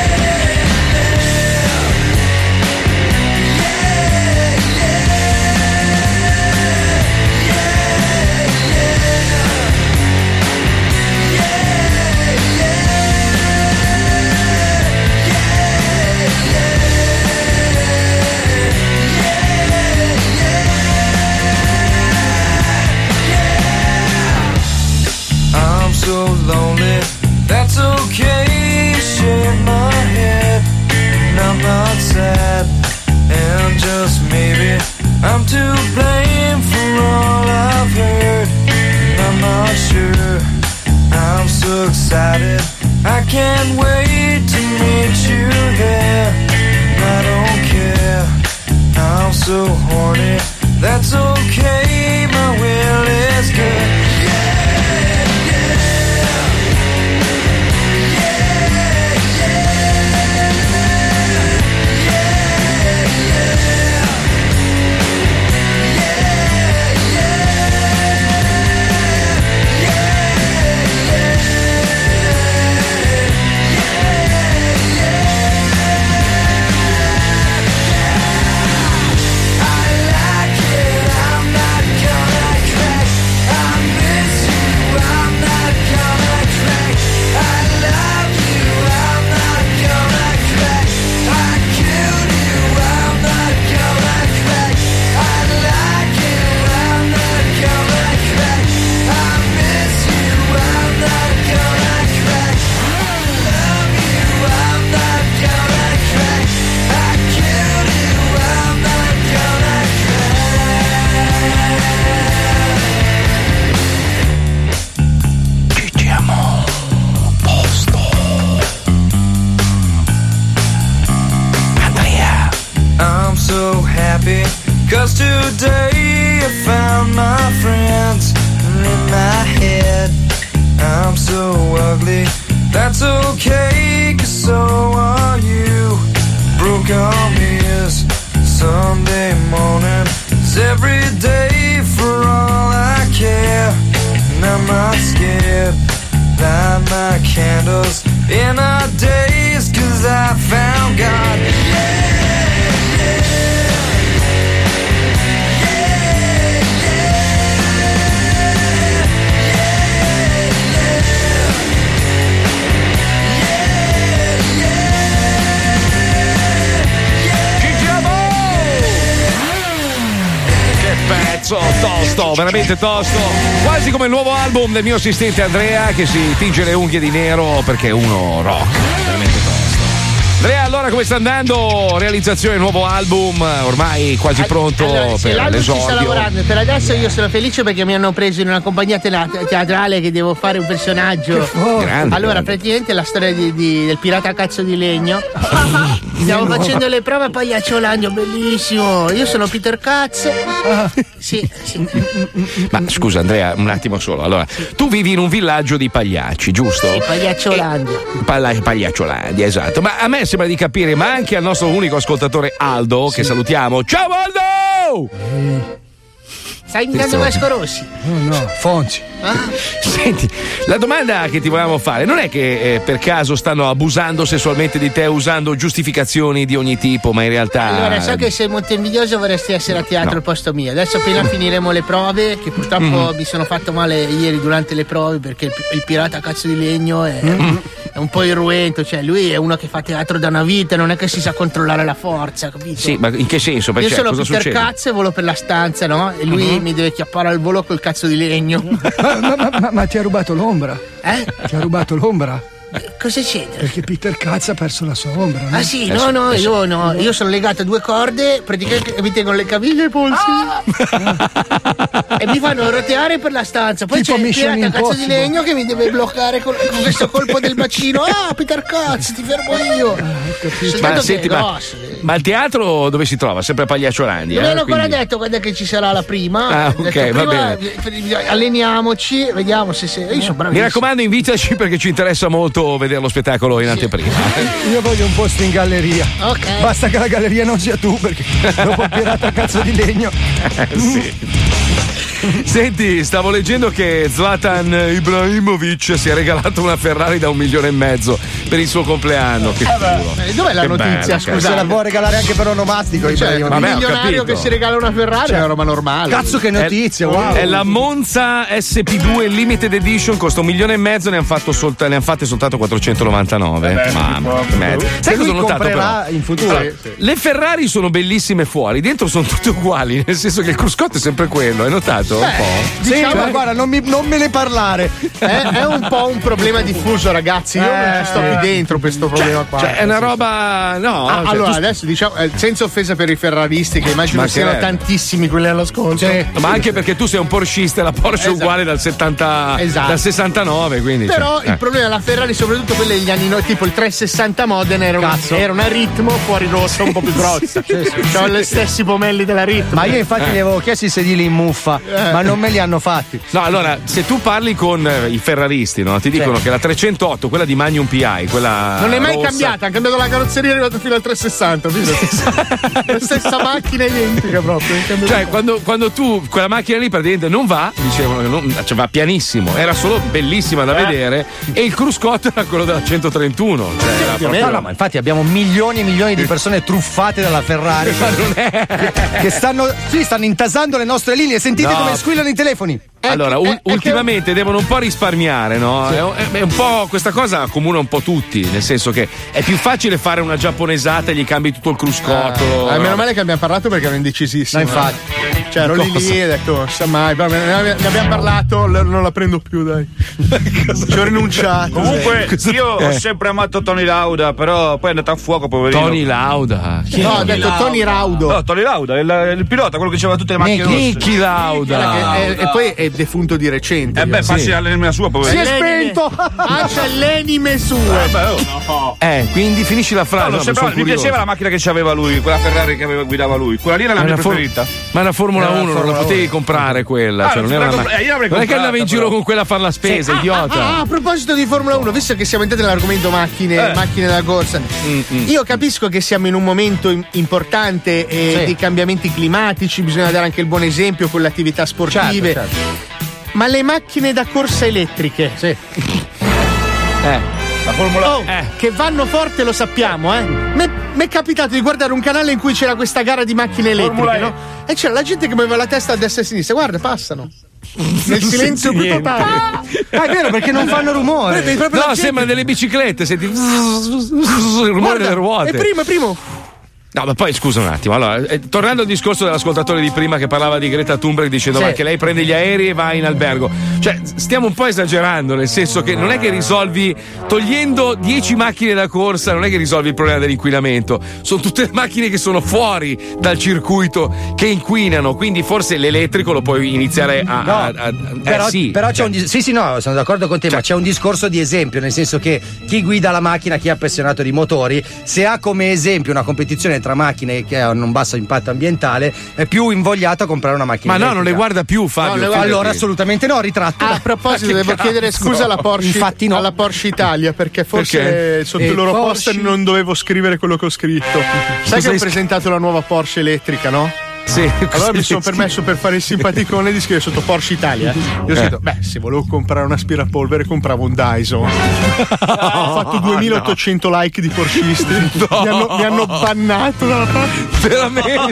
I'm so lonely, that's okay, shake my head, and I'm not sad, and just maybe I'm to blame for all I've heard, and I'm not sure, I'm so excited, I can't wait to meet you there, and I don't care, I'm so horny, that's okay, my will is good. So happy, cause today I found my friends in my head. I'm so ugly, that's okay, cause so are you. Broke on me is Sunday morning, it's every day for all I care. And I'm not scared, light my candles in our days, cause I found God. Yeah! Pezzo tosto, veramente tosto, quasi come il nuovo album del mio assistente Andrea che si tinge le unghie di nero perché è uno rock, veramente tosto. Andrea, allora come sta andando? Realizzazione nuovo album, ormai quasi pronto Allora, sì, per l'album ci sta l'esordio. lavorando. Per adesso io sono felice perché mi hanno preso in una compagnia tela- teatrale che devo fare un personaggio. Grande, allora, grande. praticamente la storia di, di- del pirata a cazzo di legno. Stiamo nuova. facendo le prove a Pagliacciolagno, bellissimo. Io sono Peter Katz. Sì, sì. Ma scusa Andrea, un attimo solo. Allora, tu vivi in un villaggio di pagliacci, giusto? Sì, Pagliacciolandia. Palla- Pagliacciolandia, esatto. Ma a me sembra di capire, ma anche al nostro unico ascoltatore Aldo, che salutiamo. Ciao Aldo! Stai indicando Vasco Rossi. No, no, Fonzi. Senti, la domanda che ti volevamo fare non è che eh, per caso stanno abusando sessualmente di te usando giustificazioni di ogni tipo, ma in realtà. Allora, so che sei molto invidioso, vorresti essere a teatro No. al posto mio. Adesso appena finiremo le prove, che purtroppo Mm. mi sono fatto male ieri durante le prove perché il, il pirata a cazzo di legno è, Mm. è un po' irruento, cioè lui è uno che fa teatro da una vita, non è che si sa controllare la forza, capito? Sì, ma in che senso? Perché Io sono cosa Peter succede? Cazzo e volo per la stanza, no? E lui Mhm. mi deve chiappare al volo col cazzo di legno. Ma, ma- ma- ma- ma ti ha rubato l'ombra? Eh? Ti ha rubato l'ombra? Cosa c'entra? Perché Peter Cazzo ha perso la sua ombra. No? Ah sì, no, no, io no, io sono legato a due corde, praticamente mi tengono le caviglie e i polsi e mi fanno roteare per la stanza. Poi Tipo c'è il Mission pirata a cazzo di Impossible. legno che mi deve bloccare con, con questo colpo del bacino. Ah, Peter Cazzo, ti fermo io. Soltanto Ma, che senti, è ma, grosso. ma il teatro dove si trova? Sempre a Pagliacciolandia. Non mi hanno eh? ancora Quindi- detto quando è che ci sarà la prima. Ah, Ho ok, detto, va prima bene. alleniamoci, vediamo se sei. Io sono Mi bravissimo. raccomando, invitaci perché ci interessa molto vedere lo spettacolo in anteprima. Io voglio un posto in galleria. Ok. Basta che la galleria non sia tu, perché dopo il pirata a cazzo di legno. Eh, sì. Senti, stavo leggendo che Zlatan Ibrahimovic si è regalato una Ferrari da un milione e mezzo per il suo compleanno. Che culo. Eh, dov'è la Che notizia, bello, scusate? Se la può regalare anche per onomastico. Cioè, Ibrahimovic. un Vabbè, ho milionario capito. che si regala una Ferrari è una roba normale. Cazzo che notizia, è, wow. è la Monza S P due Limited Edition, costa un milione e mezzo, ne hanno fatto solta- ne hanno fatte soltanto quattrocentonovantanove. Vabbè, Mamma tipo, mia. che Sai cosa lui ho notato comprerà però? in futuro. Allora, le Ferrari sono bellissime fuori, dentro sono tutte uguali, nel senso che il cruscotto è sempre quello, hai notato? Un po'. Sì, Diciamo- ma guarda, non, mi- non me ne parlare. È, è un po' un problema diffuso, ragazzi. Io non ci sto Eh. qui dentro questo problema qua. Cioè, è una roba. No, Ah, cioè, allora, tu- adesso diciamo, eh, senza offesa per i ferraristi, che immagino Ma siano che- tantissimi quelli all'ascolto. Ma anche perché tu sei un porschista e la Porsche è Esatto. uguale dal settanta Esatto. dal sessantanove, quindi. Però cioè, il problema della Ferrari, soprattutto quelle degli anni no, tipo il trecentosessanta Modena, era, un, Cazzo. era una ritmo fuori rossa un po' più grossa. C'ho gli stessi pomelli della ritmo. Ma io infatti gli avevo chiesto i sedili in muffa, Eh. ma non me li hanno fatti. No, allora, se tu parli con eh, i ferraristi, no? Ti dicono che la trecentootto, quella di Magnum P I, quella. Non è mai rossa- cambiata, hanno cambiato la carrozzeria e è arrivato fino al trecentosessanta. La stessa macchina identica proprio. non cambia Cioè, nulla. quando, quando tu quella macchina lì praticamente non va, dicevano che non, cioè, va pianissimo, era solo bellissima da Eh. vedere, e il cruscotto era quello della centotrentuno. Cioè, era proprio- No, no, ma infatti abbiamo milioni e milioni di persone truffate dalla Ferrari. che, che stanno, sì, stanno intasando le nostre linee. Sentite No. come squillano i telefoni. Allora, ul- ultimamente devono un po' risparmiare, no? È, un- è un po', questa cosa accomuna un po' tutti, nel senso che è più facile fare una giapponesata e gli cambi tutto il cruscotto. Eh, meno male che abbiamo parlato perché ero indecisissimo. No, infatti. Cioè, ero lì Cosa? lì e ho detto, non sa mai, vabbè, ne ne abbiamo parlato, l- non la prendo più, dai. Ci ho rinunciato. Comunque, io ho Eh. sempre amato Tony Lauda, però poi è andato a fuoco, poverino. Tony Lauda. Chi è No, ho Tony detto Lauda? Tony Raudo. No, Tony Lauda, il, il pilota, quello che c'aveva tutte le macchine rosse. Nicky Lauda. E, e poi è defunto di recente. Eh beh, Sì. passi all'anima sua, si poverino. è spento! Faccia l'anime sue! Vabbè, oh, no. Eh, quindi finisci la frase. No, non no, sembrava- sono mi curioso. piaceva la macchina che c'aveva lui, quella Ferrari che aveva, guidava lui. Quella lì era la Ma mia è una for- preferita. Ma è una Formula Era la uno, non la Formula potevi uno. comprare quella. Ah, cioè, non, non era si una... può- eh, io l'avrei non è che comprata, andavi in giro però. con quella a fare la spesa, Ah, idiota. ah, ah, a proposito di Formula uno, visto che siamo entrati nell'argomento macchine, Eh. macchine da corsa, Mm-mm. io capisco che siamo in un momento im- importante eh, Sì. di cambiamenti climatici, bisogna dare anche il buon esempio con le attività sportive. Certo, certo. Ma le macchine da corsa elettriche, Sì. Eh. La Formula oh, che vanno forte lo sappiamo, eh. Mi è capitato di guardare un canale in cui c'era questa gara di macchine Formula elettriche, E. no? E c'era la gente che muoveva la testa a destra e a sinistra, guarda, passano. Nel silenzio senti più niente. totale. Ah, è vero, perché non fanno rumore. Vedi, proprio la No, gente- sembrano delle biciclette, senti il rumore Guarda, delle ruote. E primo, primo. No, ma poi scusa un attimo. Allora, eh, tornando al discorso dell'ascoltatore di prima che parlava di Greta Thunberg dicendo Sì. ma che lei prende gli aerei e va in albergo. Cioè, stiamo un po' esagerando, nel senso che non è che risolvi togliendo dieci macchine da corsa, non è che risolvi il problema dell'inquinamento. Sono tutte le macchine che sono fuori dal circuito che inquinano, quindi forse l'elettrico lo puoi iniziare a, No, a, a- eh, però, sì. però c'è Cioè, un dis- sì, sì, no, sono d'accordo con te, ma c'è un discorso di esempio, nel senso che chi guida la macchina, chi è appassionato di motori, se ha come esempio una competizione tra macchine che hanno un basso impatto ambientale, è più invogliato a comprare una macchina. Ma no, elettrica. non le guarda più, Fabio. No, le guarda- allora assolutamente no, ritratto. Ah, a proposito, devo chiedere scusa alla Porsche, Infatti no. alla Porsche Italia, perché forse Perché? sotto Eh, il loro Porsche- poster non dovevo scrivere quello che ho scritto. Sai che ho hai presentato la nuova Porsche elettrica, no? Sì, allora mi sì, sono sì. permesso per fare il simpaticone di scrivere sotto Porsche Italia. Io ho Eh. scritto, beh, se volevo comprare un aspirapolvere compravo un Dyson. Ho fatto duemilaottocento like di porschisti. Mi, hanno, mi hanno bannato dalla parte. Veramente?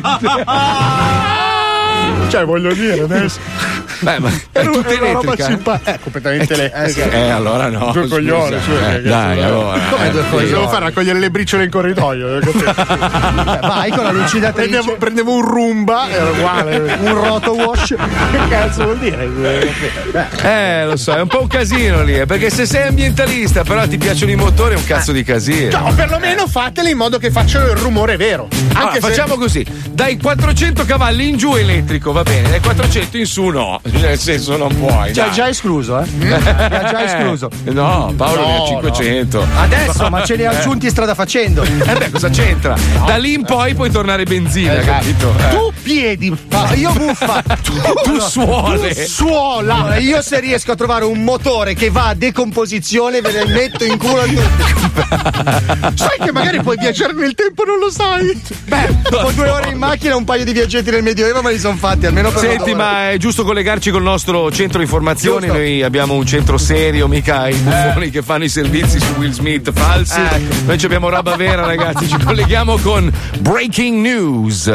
Cioè, voglio dire, adesso. Beh, ma è Era tutta una roba elettrica? simpa- eh, completamente elettrica. Eh, allora no. Due scusa. coglioni, su, Eh, che dai, cazzo, allora. Come eh, due sì. coglioni? Devo fare raccogliere le briciole in corridoio. Vai con la lucidatrice. Prendevo, prendevo un Roomba, era uguale. Un roto wash. Che cazzo vuol dire? Eh, lo so, è un po' un casino lì, eh, perché se sei ambientalista, però ti piacciono i motori, è un cazzo di casino. No, perlomeno fatele in modo che facciano il rumore vero. Anche Allora, se... facciamo così: dai quattrocento cavalli in giù elettrico, va bene, dai quattrocento in su no. Nel senso non puoi. Ci ha dai. già escluso, eh? Ci ha già escluso. Eh, No, Paolo No, ne ha cinquecento. Adesso, ma ce li ha aggiunti strada facendo. Eh beh, cosa c'entra? Da lì in poi puoi tornare benzina, capito? Eh. Tu piedi, Ma io buffa. tu suole. tu suola. Allora, io se riesco a trovare un motore che va a decomposizione ve ne metto in culo a tutti. Sai che magari puoi viaggiare nel tempo, non lo sai. Beh, dopo due ore in macchina un paio di viaggetti nel Medioevo me li sono fatti, almeno per Senti, un ma è giusto collegarci col nostro centro informazioni. Giusto. Noi abbiamo un centro serio, mica i buffoni che fanno i servizi su Will Smith falsi. Noi ci abbiamo roba vera, ragazzi. Ci colleghiamo con Breaking News.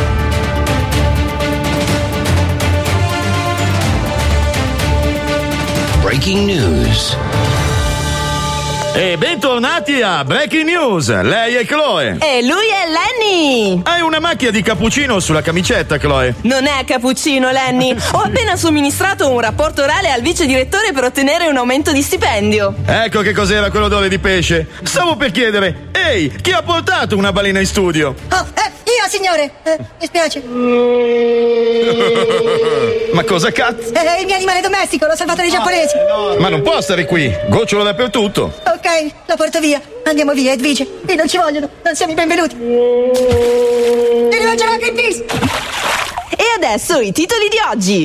Breaking News. E bentornati a Breaking News. Lei è Chloe. E lui è Lenny! Hai una macchia di cappuccino sulla camicetta, Chloe. Non è cappuccino, Lenny. Ho appena somministrato un rapporto orale al vice direttore per ottenere un aumento di stipendio. Ecco che cos'era quell'odore di pesce. Stavo per chiedere, ehi, chi ha portato una balena in studio? Oh, eh, io signore, eh, mi spiace. Ma cosa cazzo? È il mio animale domestico, l'ho salvato dai giapponesi. Ma non può stare qui, gocciolo dappertutto. Ok, lo porto via. Andiamo via, Edvige. Qui non ci vogliono, non siamo i benvenuti. Ti rivolgo la Greenpeace. E adesso i titoli di oggi.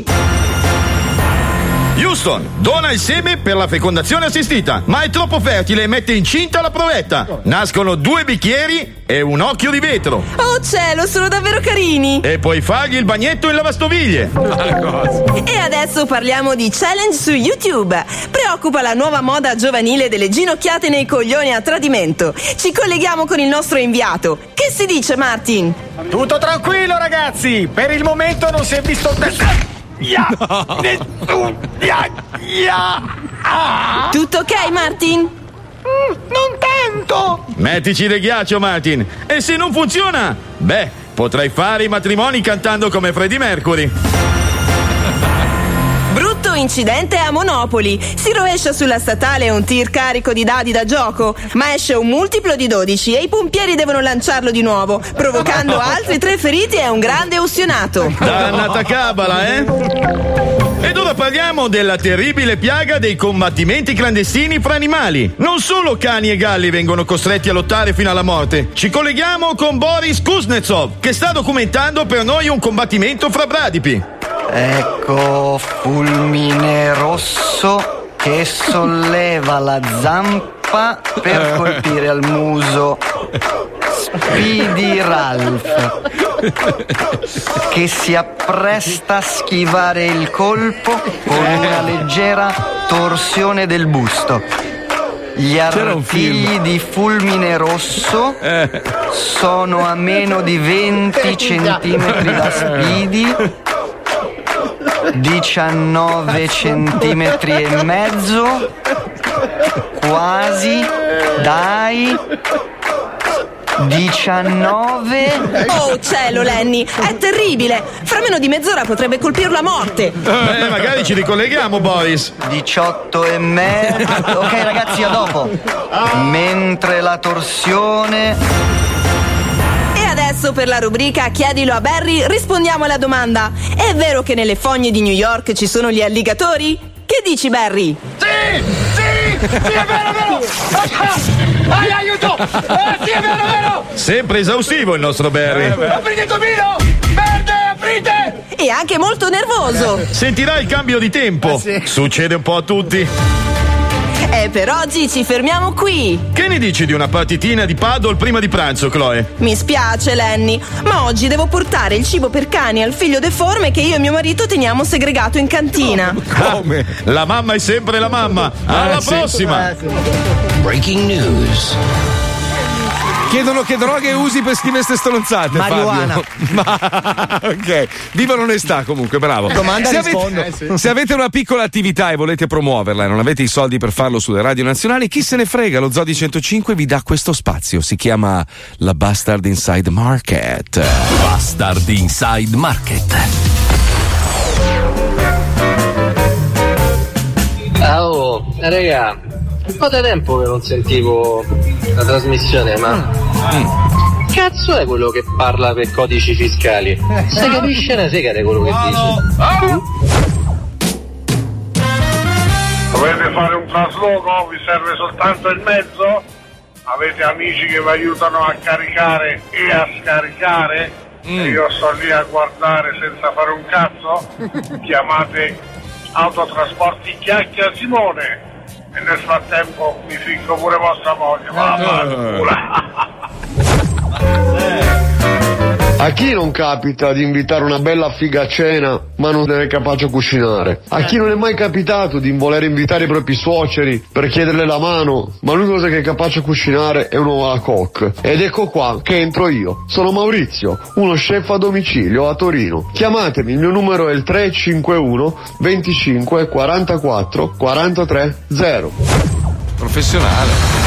Houston, dona il seme per la fecondazione assistita, ma è troppo fertile e mette incinta la provetta. Nascono due bicchieri e un occhio di vetro. Oh cielo, sono davvero carini. E puoi fargli il bagnetto in lavastoviglie. E adesso parliamo di challenge su YouTube. Preoccupa la nuova moda giovanile delle ginocchiate nei coglioni a tradimento. Ci colleghiamo con il nostro inviato. Che si dice, Martin? Tutto tranquillo, ragazzi. Per il momento non si è visto Ya! Nessun ya! Ya! Ah! Tutto ok, Martin? Mm, non tanto! Mettici del ghiaccio, Martin. E se non funziona? Beh, potrai fare i matrimoni cantando come Freddie Mercury. Brutto incidente a Monopoli. Si rovescia sulla statale un tir carico di dadi da gioco, ma esce un multiplo di dodici e i pompieri devono lanciarlo di nuovo, provocando altri tre feriti e un grande ustionato. Dannata cabala, eh? Ed ora parliamo della terribile piaga dei combattimenti clandestini fra animali. Non solo cani e galli vengono costretti a lottare fino alla morte. Ci colleghiamo con Boris Kuznetsov, che sta documentando per noi un combattimento fra bradipi. Ecco fulmine rosso che solleva la zampa per colpire al muso. Speedy Ralph che si appresta a schivare il colpo con una leggera torsione del busto. Gli artigli di fulmine rosso sono a meno di venti centimetri da Speedy, diciannove centimetri e mezzo, quasi, dai, diciannove. Oh cielo, Lenny, è terribile. Fra meno di mezz'ora potrebbe colpirlo a morte. Eh, magari ci ricolleghiamo, Boris. diciotto e mezzo. Ok, ragazzi, a dopo. Mentre la torsione. E adesso per la rubrica Chiedilo a Barry rispondiamo alla domanda: è vero che nelle fogne di New York ci sono gli alligatori? Che dici, Barry? Sì, sì, sì, è vero, è vero. Ai, aiuto! Eh, sì, è vero, è vero. Sempre esaustivo il nostro Barry. Aprite il tomino! Verde, aprite! E anche molto nervoso. Sentirà il cambio di tempo. Succede un po' a tutti. E per oggi ci fermiamo qui. Che ne dici di una partitina di paddle prima di pranzo, Chloe? Mi spiace, Lenny, ma oggi devo portare il cibo per cani al figlio deforme che io e mio marito teniamo segregato in cantina. Come? La mamma è sempre la mamma. Alla Ah, sì. prossima. Breaking news. Chiedono che droghe usi per scrivere ste stronzate. Marijuana. Fabio. Ma ok, viva l'onestà comunque, bravo. Domanda se rispondo. avete, Eh, sì. se avete una piccola attività e volete promuoverla e non avete i soldi per farlo sulle radio nazionali, chi se ne frega, lo Zodi centocinque vi dà questo spazio. Si chiama la Bastard Inside Market. Bastard Inside Market. Ah, oh, raga, un po' di tempo che non sentivo la trasmissione, ma mm. cazzo è quello che parla per codici fiscali? Si capisce una sega di quello che dice. Dovete fare un trasloco? Vi serve soltanto il mezzo? Avete amici che vi aiutano a caricare e a scaricare? Mm. E io sto lì a guardare senza fare un cazzo? Chiamate Autotrasporti Chiacchia Simone e nel frattempo mi ficco pure vostra moglie. A chi non capita di invitare una bella figa a cena ma non è capace a cucinare? A chi non è mai capitato di voler invitare i propri suoceri per chiederle la mano ma l'unica cosa che è capace a cucinare è un uovo alla coque? Ed ecco qua che entro io. Sono Maurizio, uno chef a domicilio a Torino. Chiamatemi, il mio numero è il tre cinque uno venticinque quarantaquattro quarantatré zero. Professionale.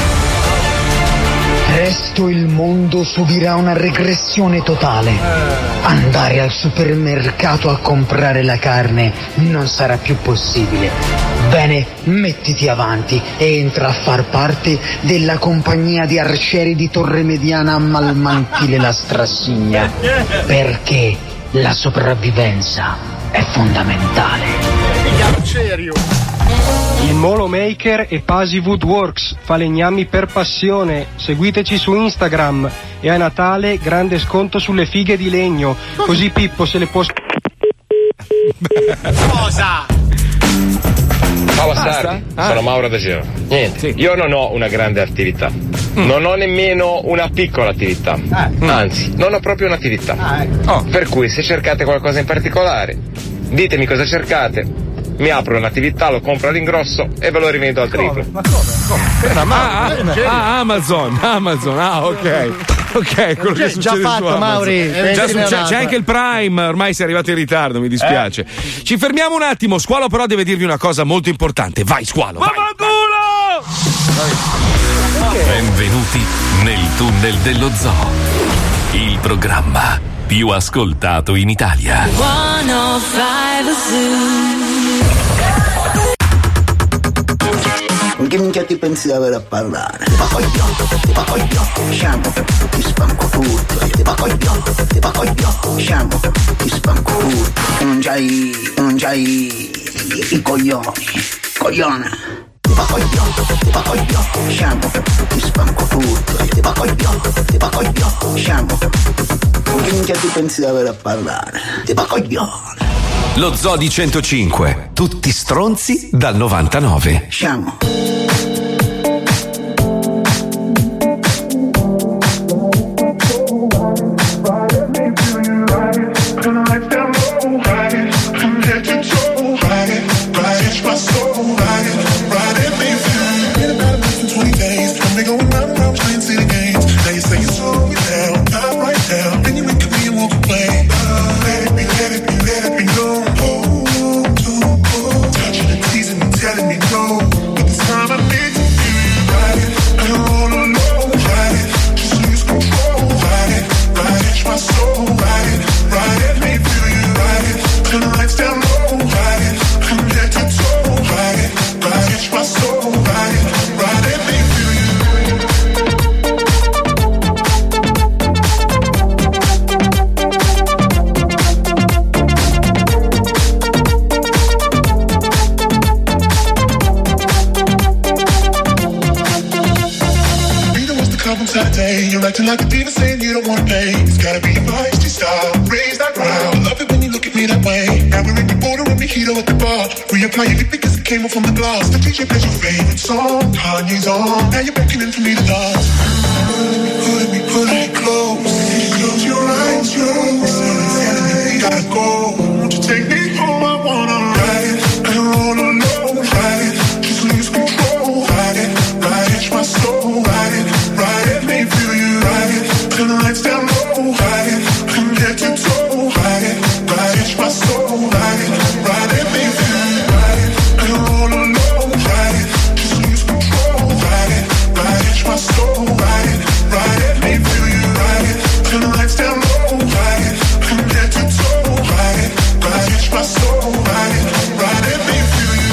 Presto il mondo subirà una regressione totale. Andare al supermercato a comprare la carne non sarà più possibile. Bene, mettiti avanti e entra a far parte della compagnia di arcieri di Torre Mediana a Malmantile la Strassigna. Perché la sopravvivenza è fondamentale. Il Molo Maker e Pasi Woodworks, falegnami per passione. Seguiteci su Instagram e a Natale grande sconto sulle fighe di legno, così Pippo se le può. Cosa? Ciao bastardi, Ah. sono Mauro da Giro. Niente, io non ho una grande attività, Mm. non ho nemmeno una piccola attività, anzi, non ho proprio un'attività. Ah, ecco. Oh. Per cui se cercate qualcosa in particolare, ditemi cosa cercate. Mi apro un'attività, lo compro all'ingrosso e ve lo rivendo al triplo. Ma come? Ah, ah, ah, Amazon, Amazon, ah, ok. Ok, quello che Già succede fatto, su Amazon. Mauri. Già Pentine succe- un'altra. c'è anche il Prime, ormai sei arrivato in ritardo, mi dispiace. Ci fermiamo un attimo, Squalo però deve dirvi una cosa molto importante. Vai, Squalo, vai. Benvenuti nel tunnel dello zoo. Il programma più ascoltato in Italia. centocinque Con che minchia ti pensi di avere a parlare? Ti va coglione, ti va coglione, scemo, ti spanco tutto. Ti va coglione, ti va coglione, scemo, ti spanco tutto. Tu non c'hai, tu non c'hai i, i coglioni, coglione. Ti va coglione, ti va coglione, scemo, ti spanco tutto. Ti va coglione, ti va coglione, scemo. Con che minchia ti pensi di avere a parlare? Ti va coglione. Lo Zoo di centocinque. Tutti stronzi dal novantanove. Scemo. Telling me no, but this time I come Saturday. You're acting like a diva saying you don't wanna play. It's gotta be your feisty style. Raise that ground. I love it when you look at me that way. Now we're in the border and mojito at the bar. Reapply your lip because it came off from the glass. The D J plays your favorite song. Kanye's on. Now you're beckoning for me to dance. Put me, put me close. Close your eyes, your eyes. We gotta go. Won't you take me home? I wanna ride and roll alone. Ride it, just lose control. Ride it, ride it, my soul. Ride it, ride it, make me feel you. Ride it, turn the lights down low. Ride it, come get to toe. Ride it, ride it, my soul. Ride it, ride it, make me feel you. Ride it, and roll alone. Ride it, just lose control. Ride it, ride it, my soul. Ride it, ride it, make me feel you. Ride it, turn the lights down low. Ride it, come get to toe. Ride it, ride it, my soul. Ride it, ride it, make me feel you.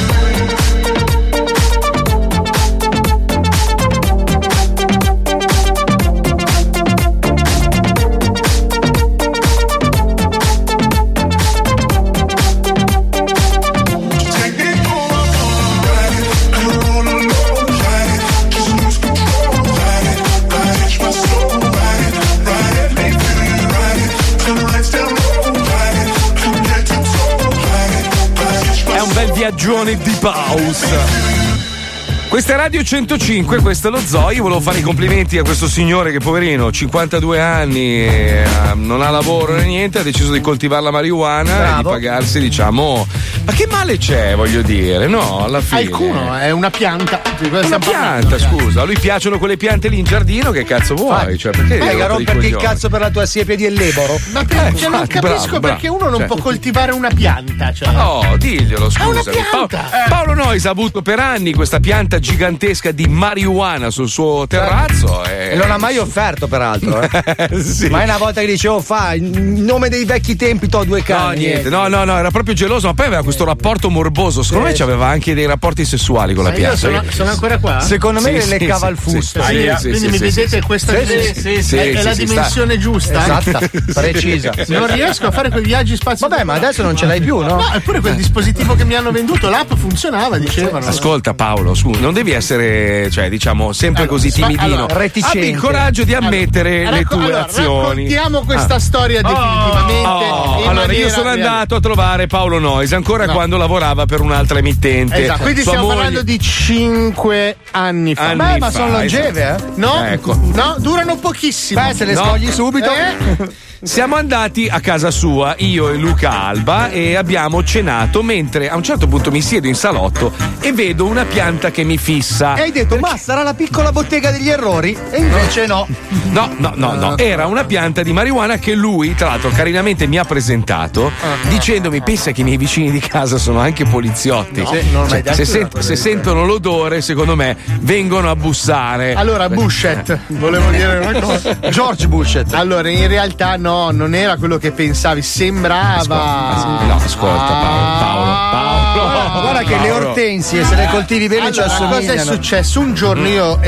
Viaggione di House. Questa è Radio centocinque, questo è lo Zoo. Io volevo fare i complimenti a questo signore che, poverino, cinquantadue anni, eh, non ha lavoro né niente, ha deciso di coltivare la marijuana. Bravo. E di pagarsi, diciamo. Ma che male c'è, voglio dire, no? Alla fine. Alcuno, è una pianta. Una pianta, scusa. A lui piacciono quelle piante lì in giardino, che cazzo vuoi? Cioè, perché devi romperti il cazzo per la tua siepe di Elleboro? Ma perché eh, non capisco bravo, perché uno non cioè. può coltivare una pianta, cioè. No, diglielo, scusa. È una pianta. Pa- Paolo Noyes ha avuto per anni questa pianta gigantesca di marijuana sul suo terrazzo e, e non ha mai offerto, peraltro. Eh. Sì. Ma è una volta che dicevo, fa in nome dei vecchi tempi, to due cani. No, niente, no, no, no, era proprio geloso, ma poi aveva questo rapporto morboso. Secondo sì. me aveva anche dei rapporti sessuali con la pianta. Sono, sono ancora qua? Secondo me sì, le leccava sì, il fusto. Sì, sì, sì, quindi sì, mi sì, vedete sì, questa sì, sì, sì, sì, è, è la dimensione sta. giusta. Esatta, precisa. Non riesco a fare quei viaggi spaziali. Vabbè, ma adesso non ce l'hai più, no? No, eppure quel dispositivo che mi hanno venduto, l'app funzionava, dicevano. Ascolta Paolo, scusa, non devi essere, cioè, diciamo, sempre allora, così timidino. Allora, abbi il coraggio di ammettere allora, le tue allora, azioni. Raccontiamo questa ah. storia definitivamente. Oh, allora, io sono reale. andato a trovare Paolo Noyes ancora no. quando lavorava per un'altra emittente. Esatto, quindi Sua stiamo moglie... parlando di cinque anni fa. Anni Beh, ma fa, sono longeve, esatto. eh? No, ecco. no, durano pochissimo. Beh, se le no. scogli subito. Eh? Siamo andati a casa sua, io e Luca Alba, e abbiamo cenato mentre a un certo punto mi siedo in salotto e vedo una pianta che mi fissa. E hai detto, perché... ma sarà la piccola bottega degli errori? E invece no. No, no, no, no. Era una pianta di marijuana che lui, tra l'altro, carinamente mi ha presentato, uh-huh. dicendomi, pensa che i miei vicini di casa sono anche poliziotti. No, non cioè, se, sent- se sentono l'odore, secondo me, vengono a bussare. Allora, Bushet, volevo dire una cosa. George Bushet. Allora, in realtà no, non era quello che pensavi, sembrava. Ascolta, no, ascolta, Paolo, Paolo, Paolo. Guarda che le ortensie, se le coltivi bene, allora, ci assomigliano. Cosa è successo? Un giorno io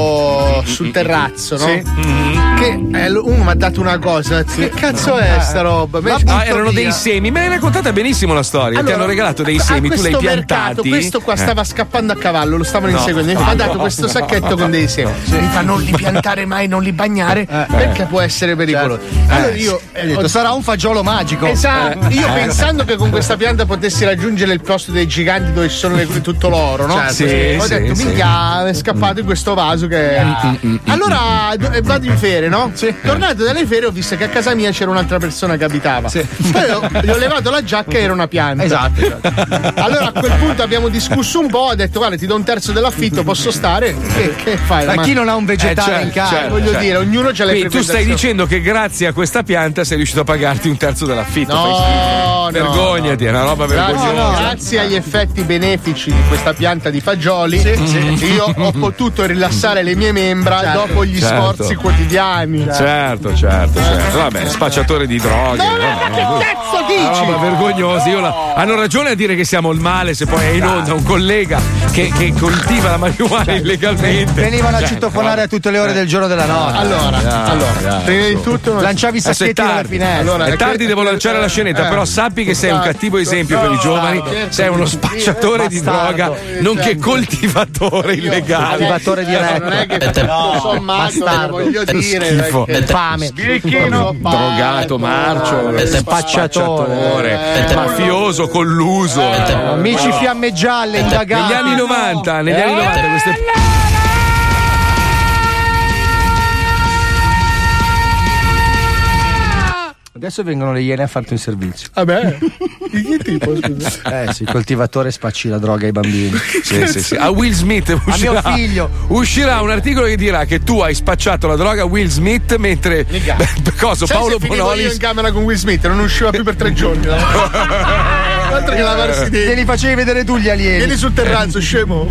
ero sul terrazzo, no? Sì. Mm-hmm. Che eh, uno mi ha dato una cosa. Che cazzo è sta roba? Ma, ah, erano via. dei semi. Me l'hai raccontata benissimo la storia. Allora, ti hanno regalato dei semi, tu li hai piantati. Mercato, questo qua stava eh. scappando a cavallo, lo stavano no. inseguendo. Mi ha dato questo sacchetto con dei semi. No. Mi fa non li piantare mai, non li bagnare, eh. perché può essere pericoloso. Certo. Allora io hai detto, sarà un fagiolo magico. Esatto. Eh. Io pensando che con questa pianta potessi raggiungere il posto dei giganti dove ci sono le, tutto l'oro, no? Certo. Sì, ho sì, detto, sì. minchia, è scappato in questo vaso che. Mm, allora vado in ferie, no? Sì. Tornato dalle ferie ho visto che a casa mia c'era un'altra persona che abitava. Sì. Poi ho, gli ho levato la giacca e era una pianta. Esatto, esatto. Allora a quel punto abbiamo discusso un po', ho detto guarda ti do un terzo dell'affitto, posso stare? Che, che fai? Ma, ma chi non ha un vegetale eh, certo, in casa? Certo, voglio certo. dire, ognuno c'ha le Quindi tu stai dicendo che grazie a questa pianta sei riuscito a pagarti un terzo dell'affitto. No, no, vergognati, no. è una roba grazie, vergognosa. No, grazie agli effetti benefici di questa pianta di fagioli, sì, mm-hmm. sì. io ho potuto rilassare le mie membra certo, dopo gli certo. sforzi quotidiani. Certo, certo, certo. Vabbè, spacciatore di droghe. No, vabbè, ma che cazzo dici? No, ma vergognosi. Io la... Hanno ragione a dire che siamo il male se poi è in onda un collega che, che coltiva la marijuana cioè, illegalmente. Venivano a citofonare a tutte le ore del giorno della notte. Allora, yeah, allora yeah, prima di tutto lanciavi i sacchetti dalla finestra. Allora, è tardi, devo lanciare la scenetta, eh. però sappi sappi che sei un cattivo esempio per i giovani, sei uno spacciatore di droga, nonché coltivatore illegale. Coltivatore diretto. Non è che no, sommato, voglio dire, schifo. Fame. Drogato, marcio, spacciatore, mafioso, colluso. Amici fiamme gialle, indagati. Negli anni novanta, negli anni novanta queste. Adesso vengono le iene a farti un servizio. Vabbè, di che tipo? Scusa? Eh sì, il coltivatore spacci la droga ai bambini. Sì, sì, sì. A Will Smith uscirà, a mio figlio. uscirà un articolo che dirà che tu hai spacciato la droga a Will Smith mentre beh, cosa, Sai Paolo se Bonolis io in camera con Will Smith non usciva più per tre giorni. Oltre che lavarsi dentro. Te li facevi vedere tu gli alieni. Vieni sul terrazzo, scemo.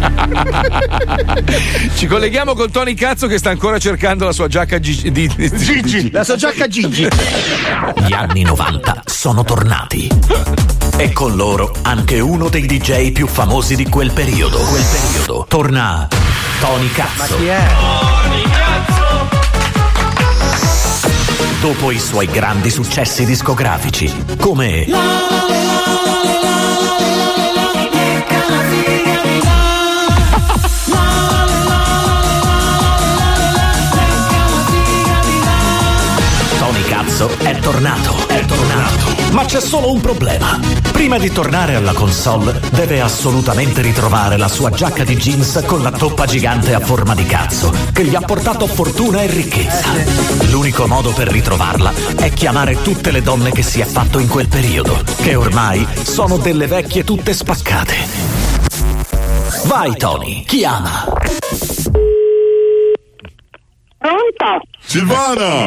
Ci colleghiamo con Tony Cazzo che sta ancora cercando la sua giacca Gigi. Di, di, Gigi. La sua giacca Gigi. Gli anni novanta sono tornati e con loro anche uno dei D J più famosi di quel periodo. Quel periodo torna Tony Cazzo. Ma chi è? Tony Cazzo. Dopo i suoi grandi successi discografici, come è tornato, è tornato. Ma c'è solo un problema. Prima di tornare alla console deve assolutamente ritrovare la sua giacca di jeans con la toppa gigante a forma di cazzo che gli ha portato fortuna e ricchezza. L'unico modo per ritrovarla è chiamare tutte le donne che si è fatto in quel periodo, che ormai sono delle vecchie tutte spaccate. Vai Tony, chiama. Pronto? Silvana!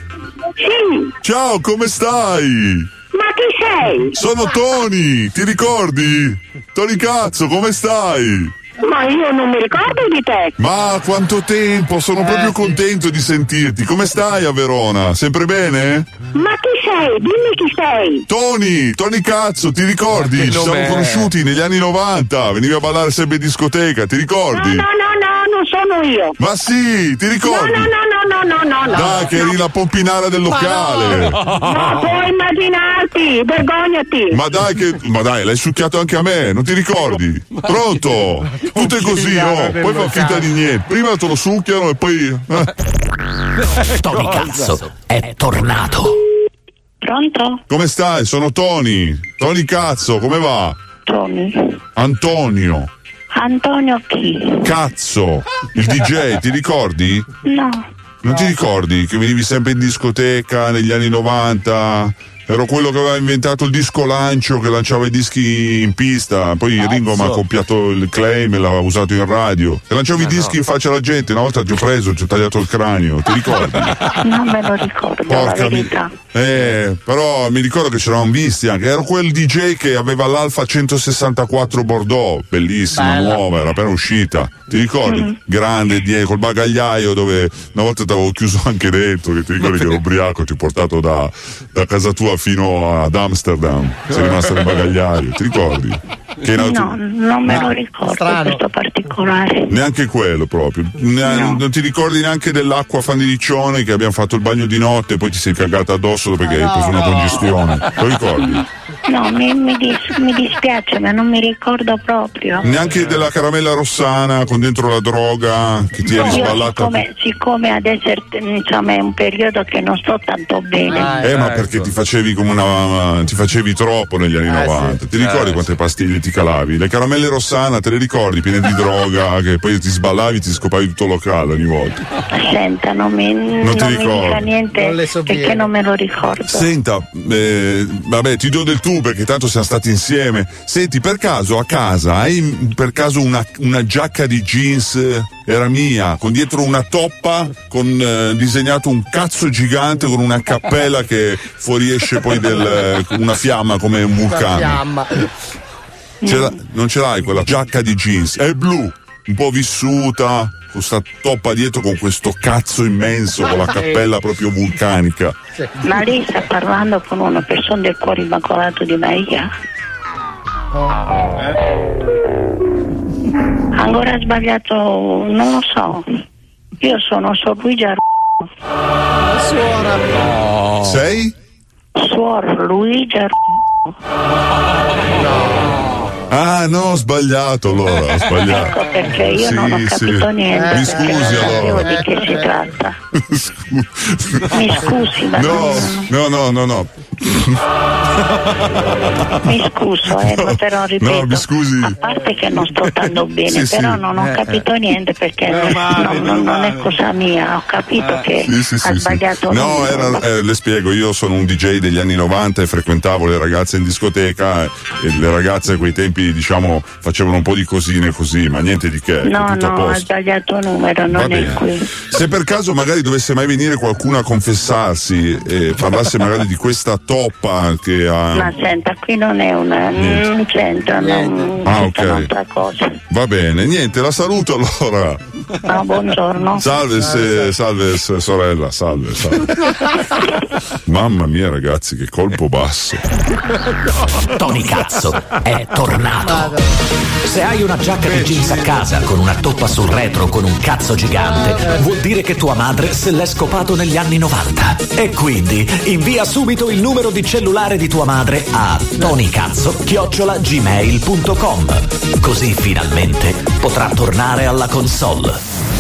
Sì! Ciao, come stai? Ma chi sei? Sono Tony, ti ricordi? Tony Cazzo, come stai? Ma io non mi ricordo di te. Ma quanto tempo, sono eh, proprio sì. contento di sentirti. Come stai a Verona? Sempre bene? Ma chi sei? Dimmi chi sei. Tony, Tony Cazzo, ti ricordi? Ci siamo conosciuti negli anni novanta, venivi a ballare sempre in discoteca, ti ricordi? No, no, no, no, non sono io. Ma sì, ti ricordi? No, no, no, no, no, no, no. Dai, che eri la pompinara del locale. No, no, puoi immaginarti, vergognati. Ma dai, che. Ma dai, l'hai succhiato anche a me, non ti ricordi? Pronto? Tutto è così, oh, poi fa finta di niente. Prima te lo succhiano e poi. Eh. Tony Cazzo è tornato. Pronto? Come stai? Sono Tony. Tony Cazzo, come va? Tony. Antonio. Antonio chi? Cazzo, il D J, ti ricordi? No. Non ti ricordi che venivi sempre in discoteca negli anni novanta? Ero quello che aveva inventato il disco lancio, che lanciava i dischi in pista. Poi Cazzo. Ringo mi ha copiato il claim e l'aveva usato in radio. E lanciavo eh i dischi no. in faccia alla gente. Una volta ti ho preso, ti ho tagliato il cranio. Ti ricordi? Non me lo ricordo, Porca la verità. Mi... Eh, però mi ricordo che c'eravamo visti anche. Ero quel D J che aveva l'Alfa centosessantaquattro Bordeaux, bellissima, Bella. nuova, era appena uscita. Ti ricordi? Mm-hmm. Grande, die, col bagagliaio dove una volta ti avevo chiuso anche dentro, che ti ricordi che ero ubriaco, ti ho portato da, da casa tua fino ad Amsterdam, sei rimasto nel bagagliaio, ti ricordi? Che no, tu... non me lo ricordo. Strano. Questo particolare. Neanche quello proprio. Ne... No. Non ti ricordi neanche dell'acqua fanilicione che abbiamo fatto il bagno di notte e poi ti sei cagata addosso perché no, hai preso una congestione? Lo ricordi? No, mi, mi, dis- mi dispiace, ma non mi ricordo proprio. Neanche della caramella rossana con dentro la droga che ti no, eri sballata? Siccome, siccome adesso insomma, è un periodo che non sto tanto bene. Ah, eh, ecco. Ma perché ti facevi come una. ti facevi troppo negli anni eh, novanta. Sì. Ti ricordi eh, quante pastiglie ti calavi? Le caramelle rossana, te le ricordi? Piene di droga, che poi ti sballavi, ti scopavi tutto il locale ogni volta. Senta, non mi, non non ti mi dica niente so perché non me lo ricordo. Senta, eh, vabbè, ti do del tu perché tanto siamo stati insieme. Senti, per caso a casa hai per caso una, una giacca di jeans, era mia, con dietro una toppa con eh, disegnato un cazzo gigante con una cappella che fuoriesce poi del, una fiamma come un vulcano. Ce la, non ce l'hai quella giacca di jeans? È blu, un po' vissuta, con sta toppa dietro con questo cazzo immenso, con la cappella proprio vulcanica. Ma lei sta parlando con una persona del cuore immacolato di Maria? Ancora sbagliato, non lo so. Io sono Suor Luigia. Suora. No. Sei? Suor Luigia. Ah no, ho sbagliato allora, ho sbagliato. Ecco perché io Sì, non ho capito sì. niente. Mi scusi perché non sapevo allora. di che si tratta. Mi scusi, ma No, no, no, no, no. mi scuso, eh, ma però ripeto, No, mi scusi. a parte che non sto stando bene, Sì, sì. però non ho Eh, capito niente perché non, non- non è cosa mia, ho capito che Sì, sì, ha sì, sì. sbagliato No, numero. era, eh, le spiego, io sono un D J degli anni novanta e frequentavo le ragazze in discoteca e le ragazze a quei tempi, diciamo, facevano un po' di cosine così, ma niente di che, No, tutto a no, ha posto. sbagliato numero, Va non è bene. qui. Se per caso magari dovesse mai venire qualcuno a confessarsi e parlasse magari di questa toppa che ha. Ma senta, qui non è una. Niente. non c'entra, non Ah, c'è ok. un'altra cosa. Va bene, niente, la saluto allora. Ah, buongiorno. Salve, se, salve se- sorella, salve, salve. Mamma mia ragazzi, che colpo basso. Tony Cazzo è tornato. Se hai una giacca di jeans a casa con una toppa sul retro con un cazzo gigante, vuol dire che tua madre se l'è scopato negli anni novanta. E quindi invia subito il numero di cellulare di tua madre a tonicazzo chiocciola gmail punto com. Così finalmente potrà tornare alla console.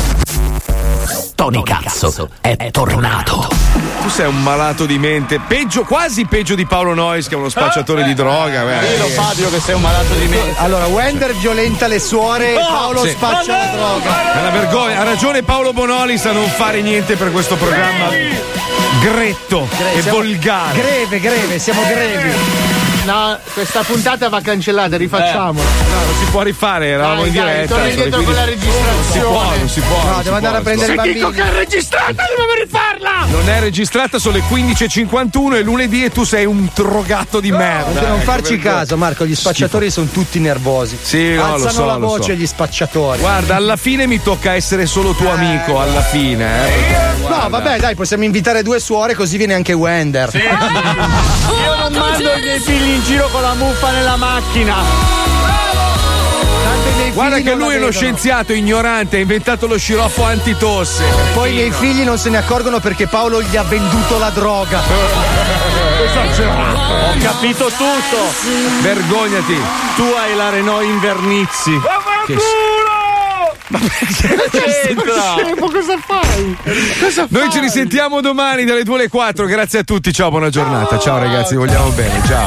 Tony Cazzo è tornato. Tu sei un malato di mente, peggio, quasi peggio di Paolo Noyes, che è uno spacciatore di droga. beh. Dillo Fabio che sei un malato di mente. Allora, Wender violenta le suore, Paolo Sì. spaccia la droga. È una vergogna, ha ragione Paolo Bonolis a non fare niente per questo programma gretto e Siamo- volgare. Greve, greve, siamo grevi. No, questa puntata va cancellata, rifacciamola. No, non si può rifare, eravamo Dai, in dai, diretta. torna indietro quindi- con la registrazione. Non si può, non si può. No, non devo si andare può, a prendere i si può. bambini. che è registrata, devo rifarla! Non è registrata, sono le quindici e cinquantuno e lunedì e tu sei un drogato di merda. Non Eh, farci che vergogna. caso, Marco, gli spacciatori sono tutti nervosi. Sì, no, lo Alzano so, la lo voce so. gli spacciatori. Guarda, alla fine mi tocca essere solo tuo amico, alla fine. Eh. No, vabbè, dai, possiamo invitare due suore così viene anche Wender. Io non mando i miei figli in giro con la muffa nella macchina. Guarda figli che non la lui è uno vedono. scienziato ignorante, ha inventato lo sciroppo antitosse. Poi i miei figli non se ne accorgono perché Paolo gli ha venduto la droga. Esagerato. Ho capito tutto. Vergognati. Tu hai la Renault in vernizi. Che Ma scemo, cosa fai? Cosa Noi fai? ci risentiamo domani dalle due alle quattro. Grazie a tutti, ciao, buona giornata. Ciao ragazzi, vi vogliamo bene. Ciao.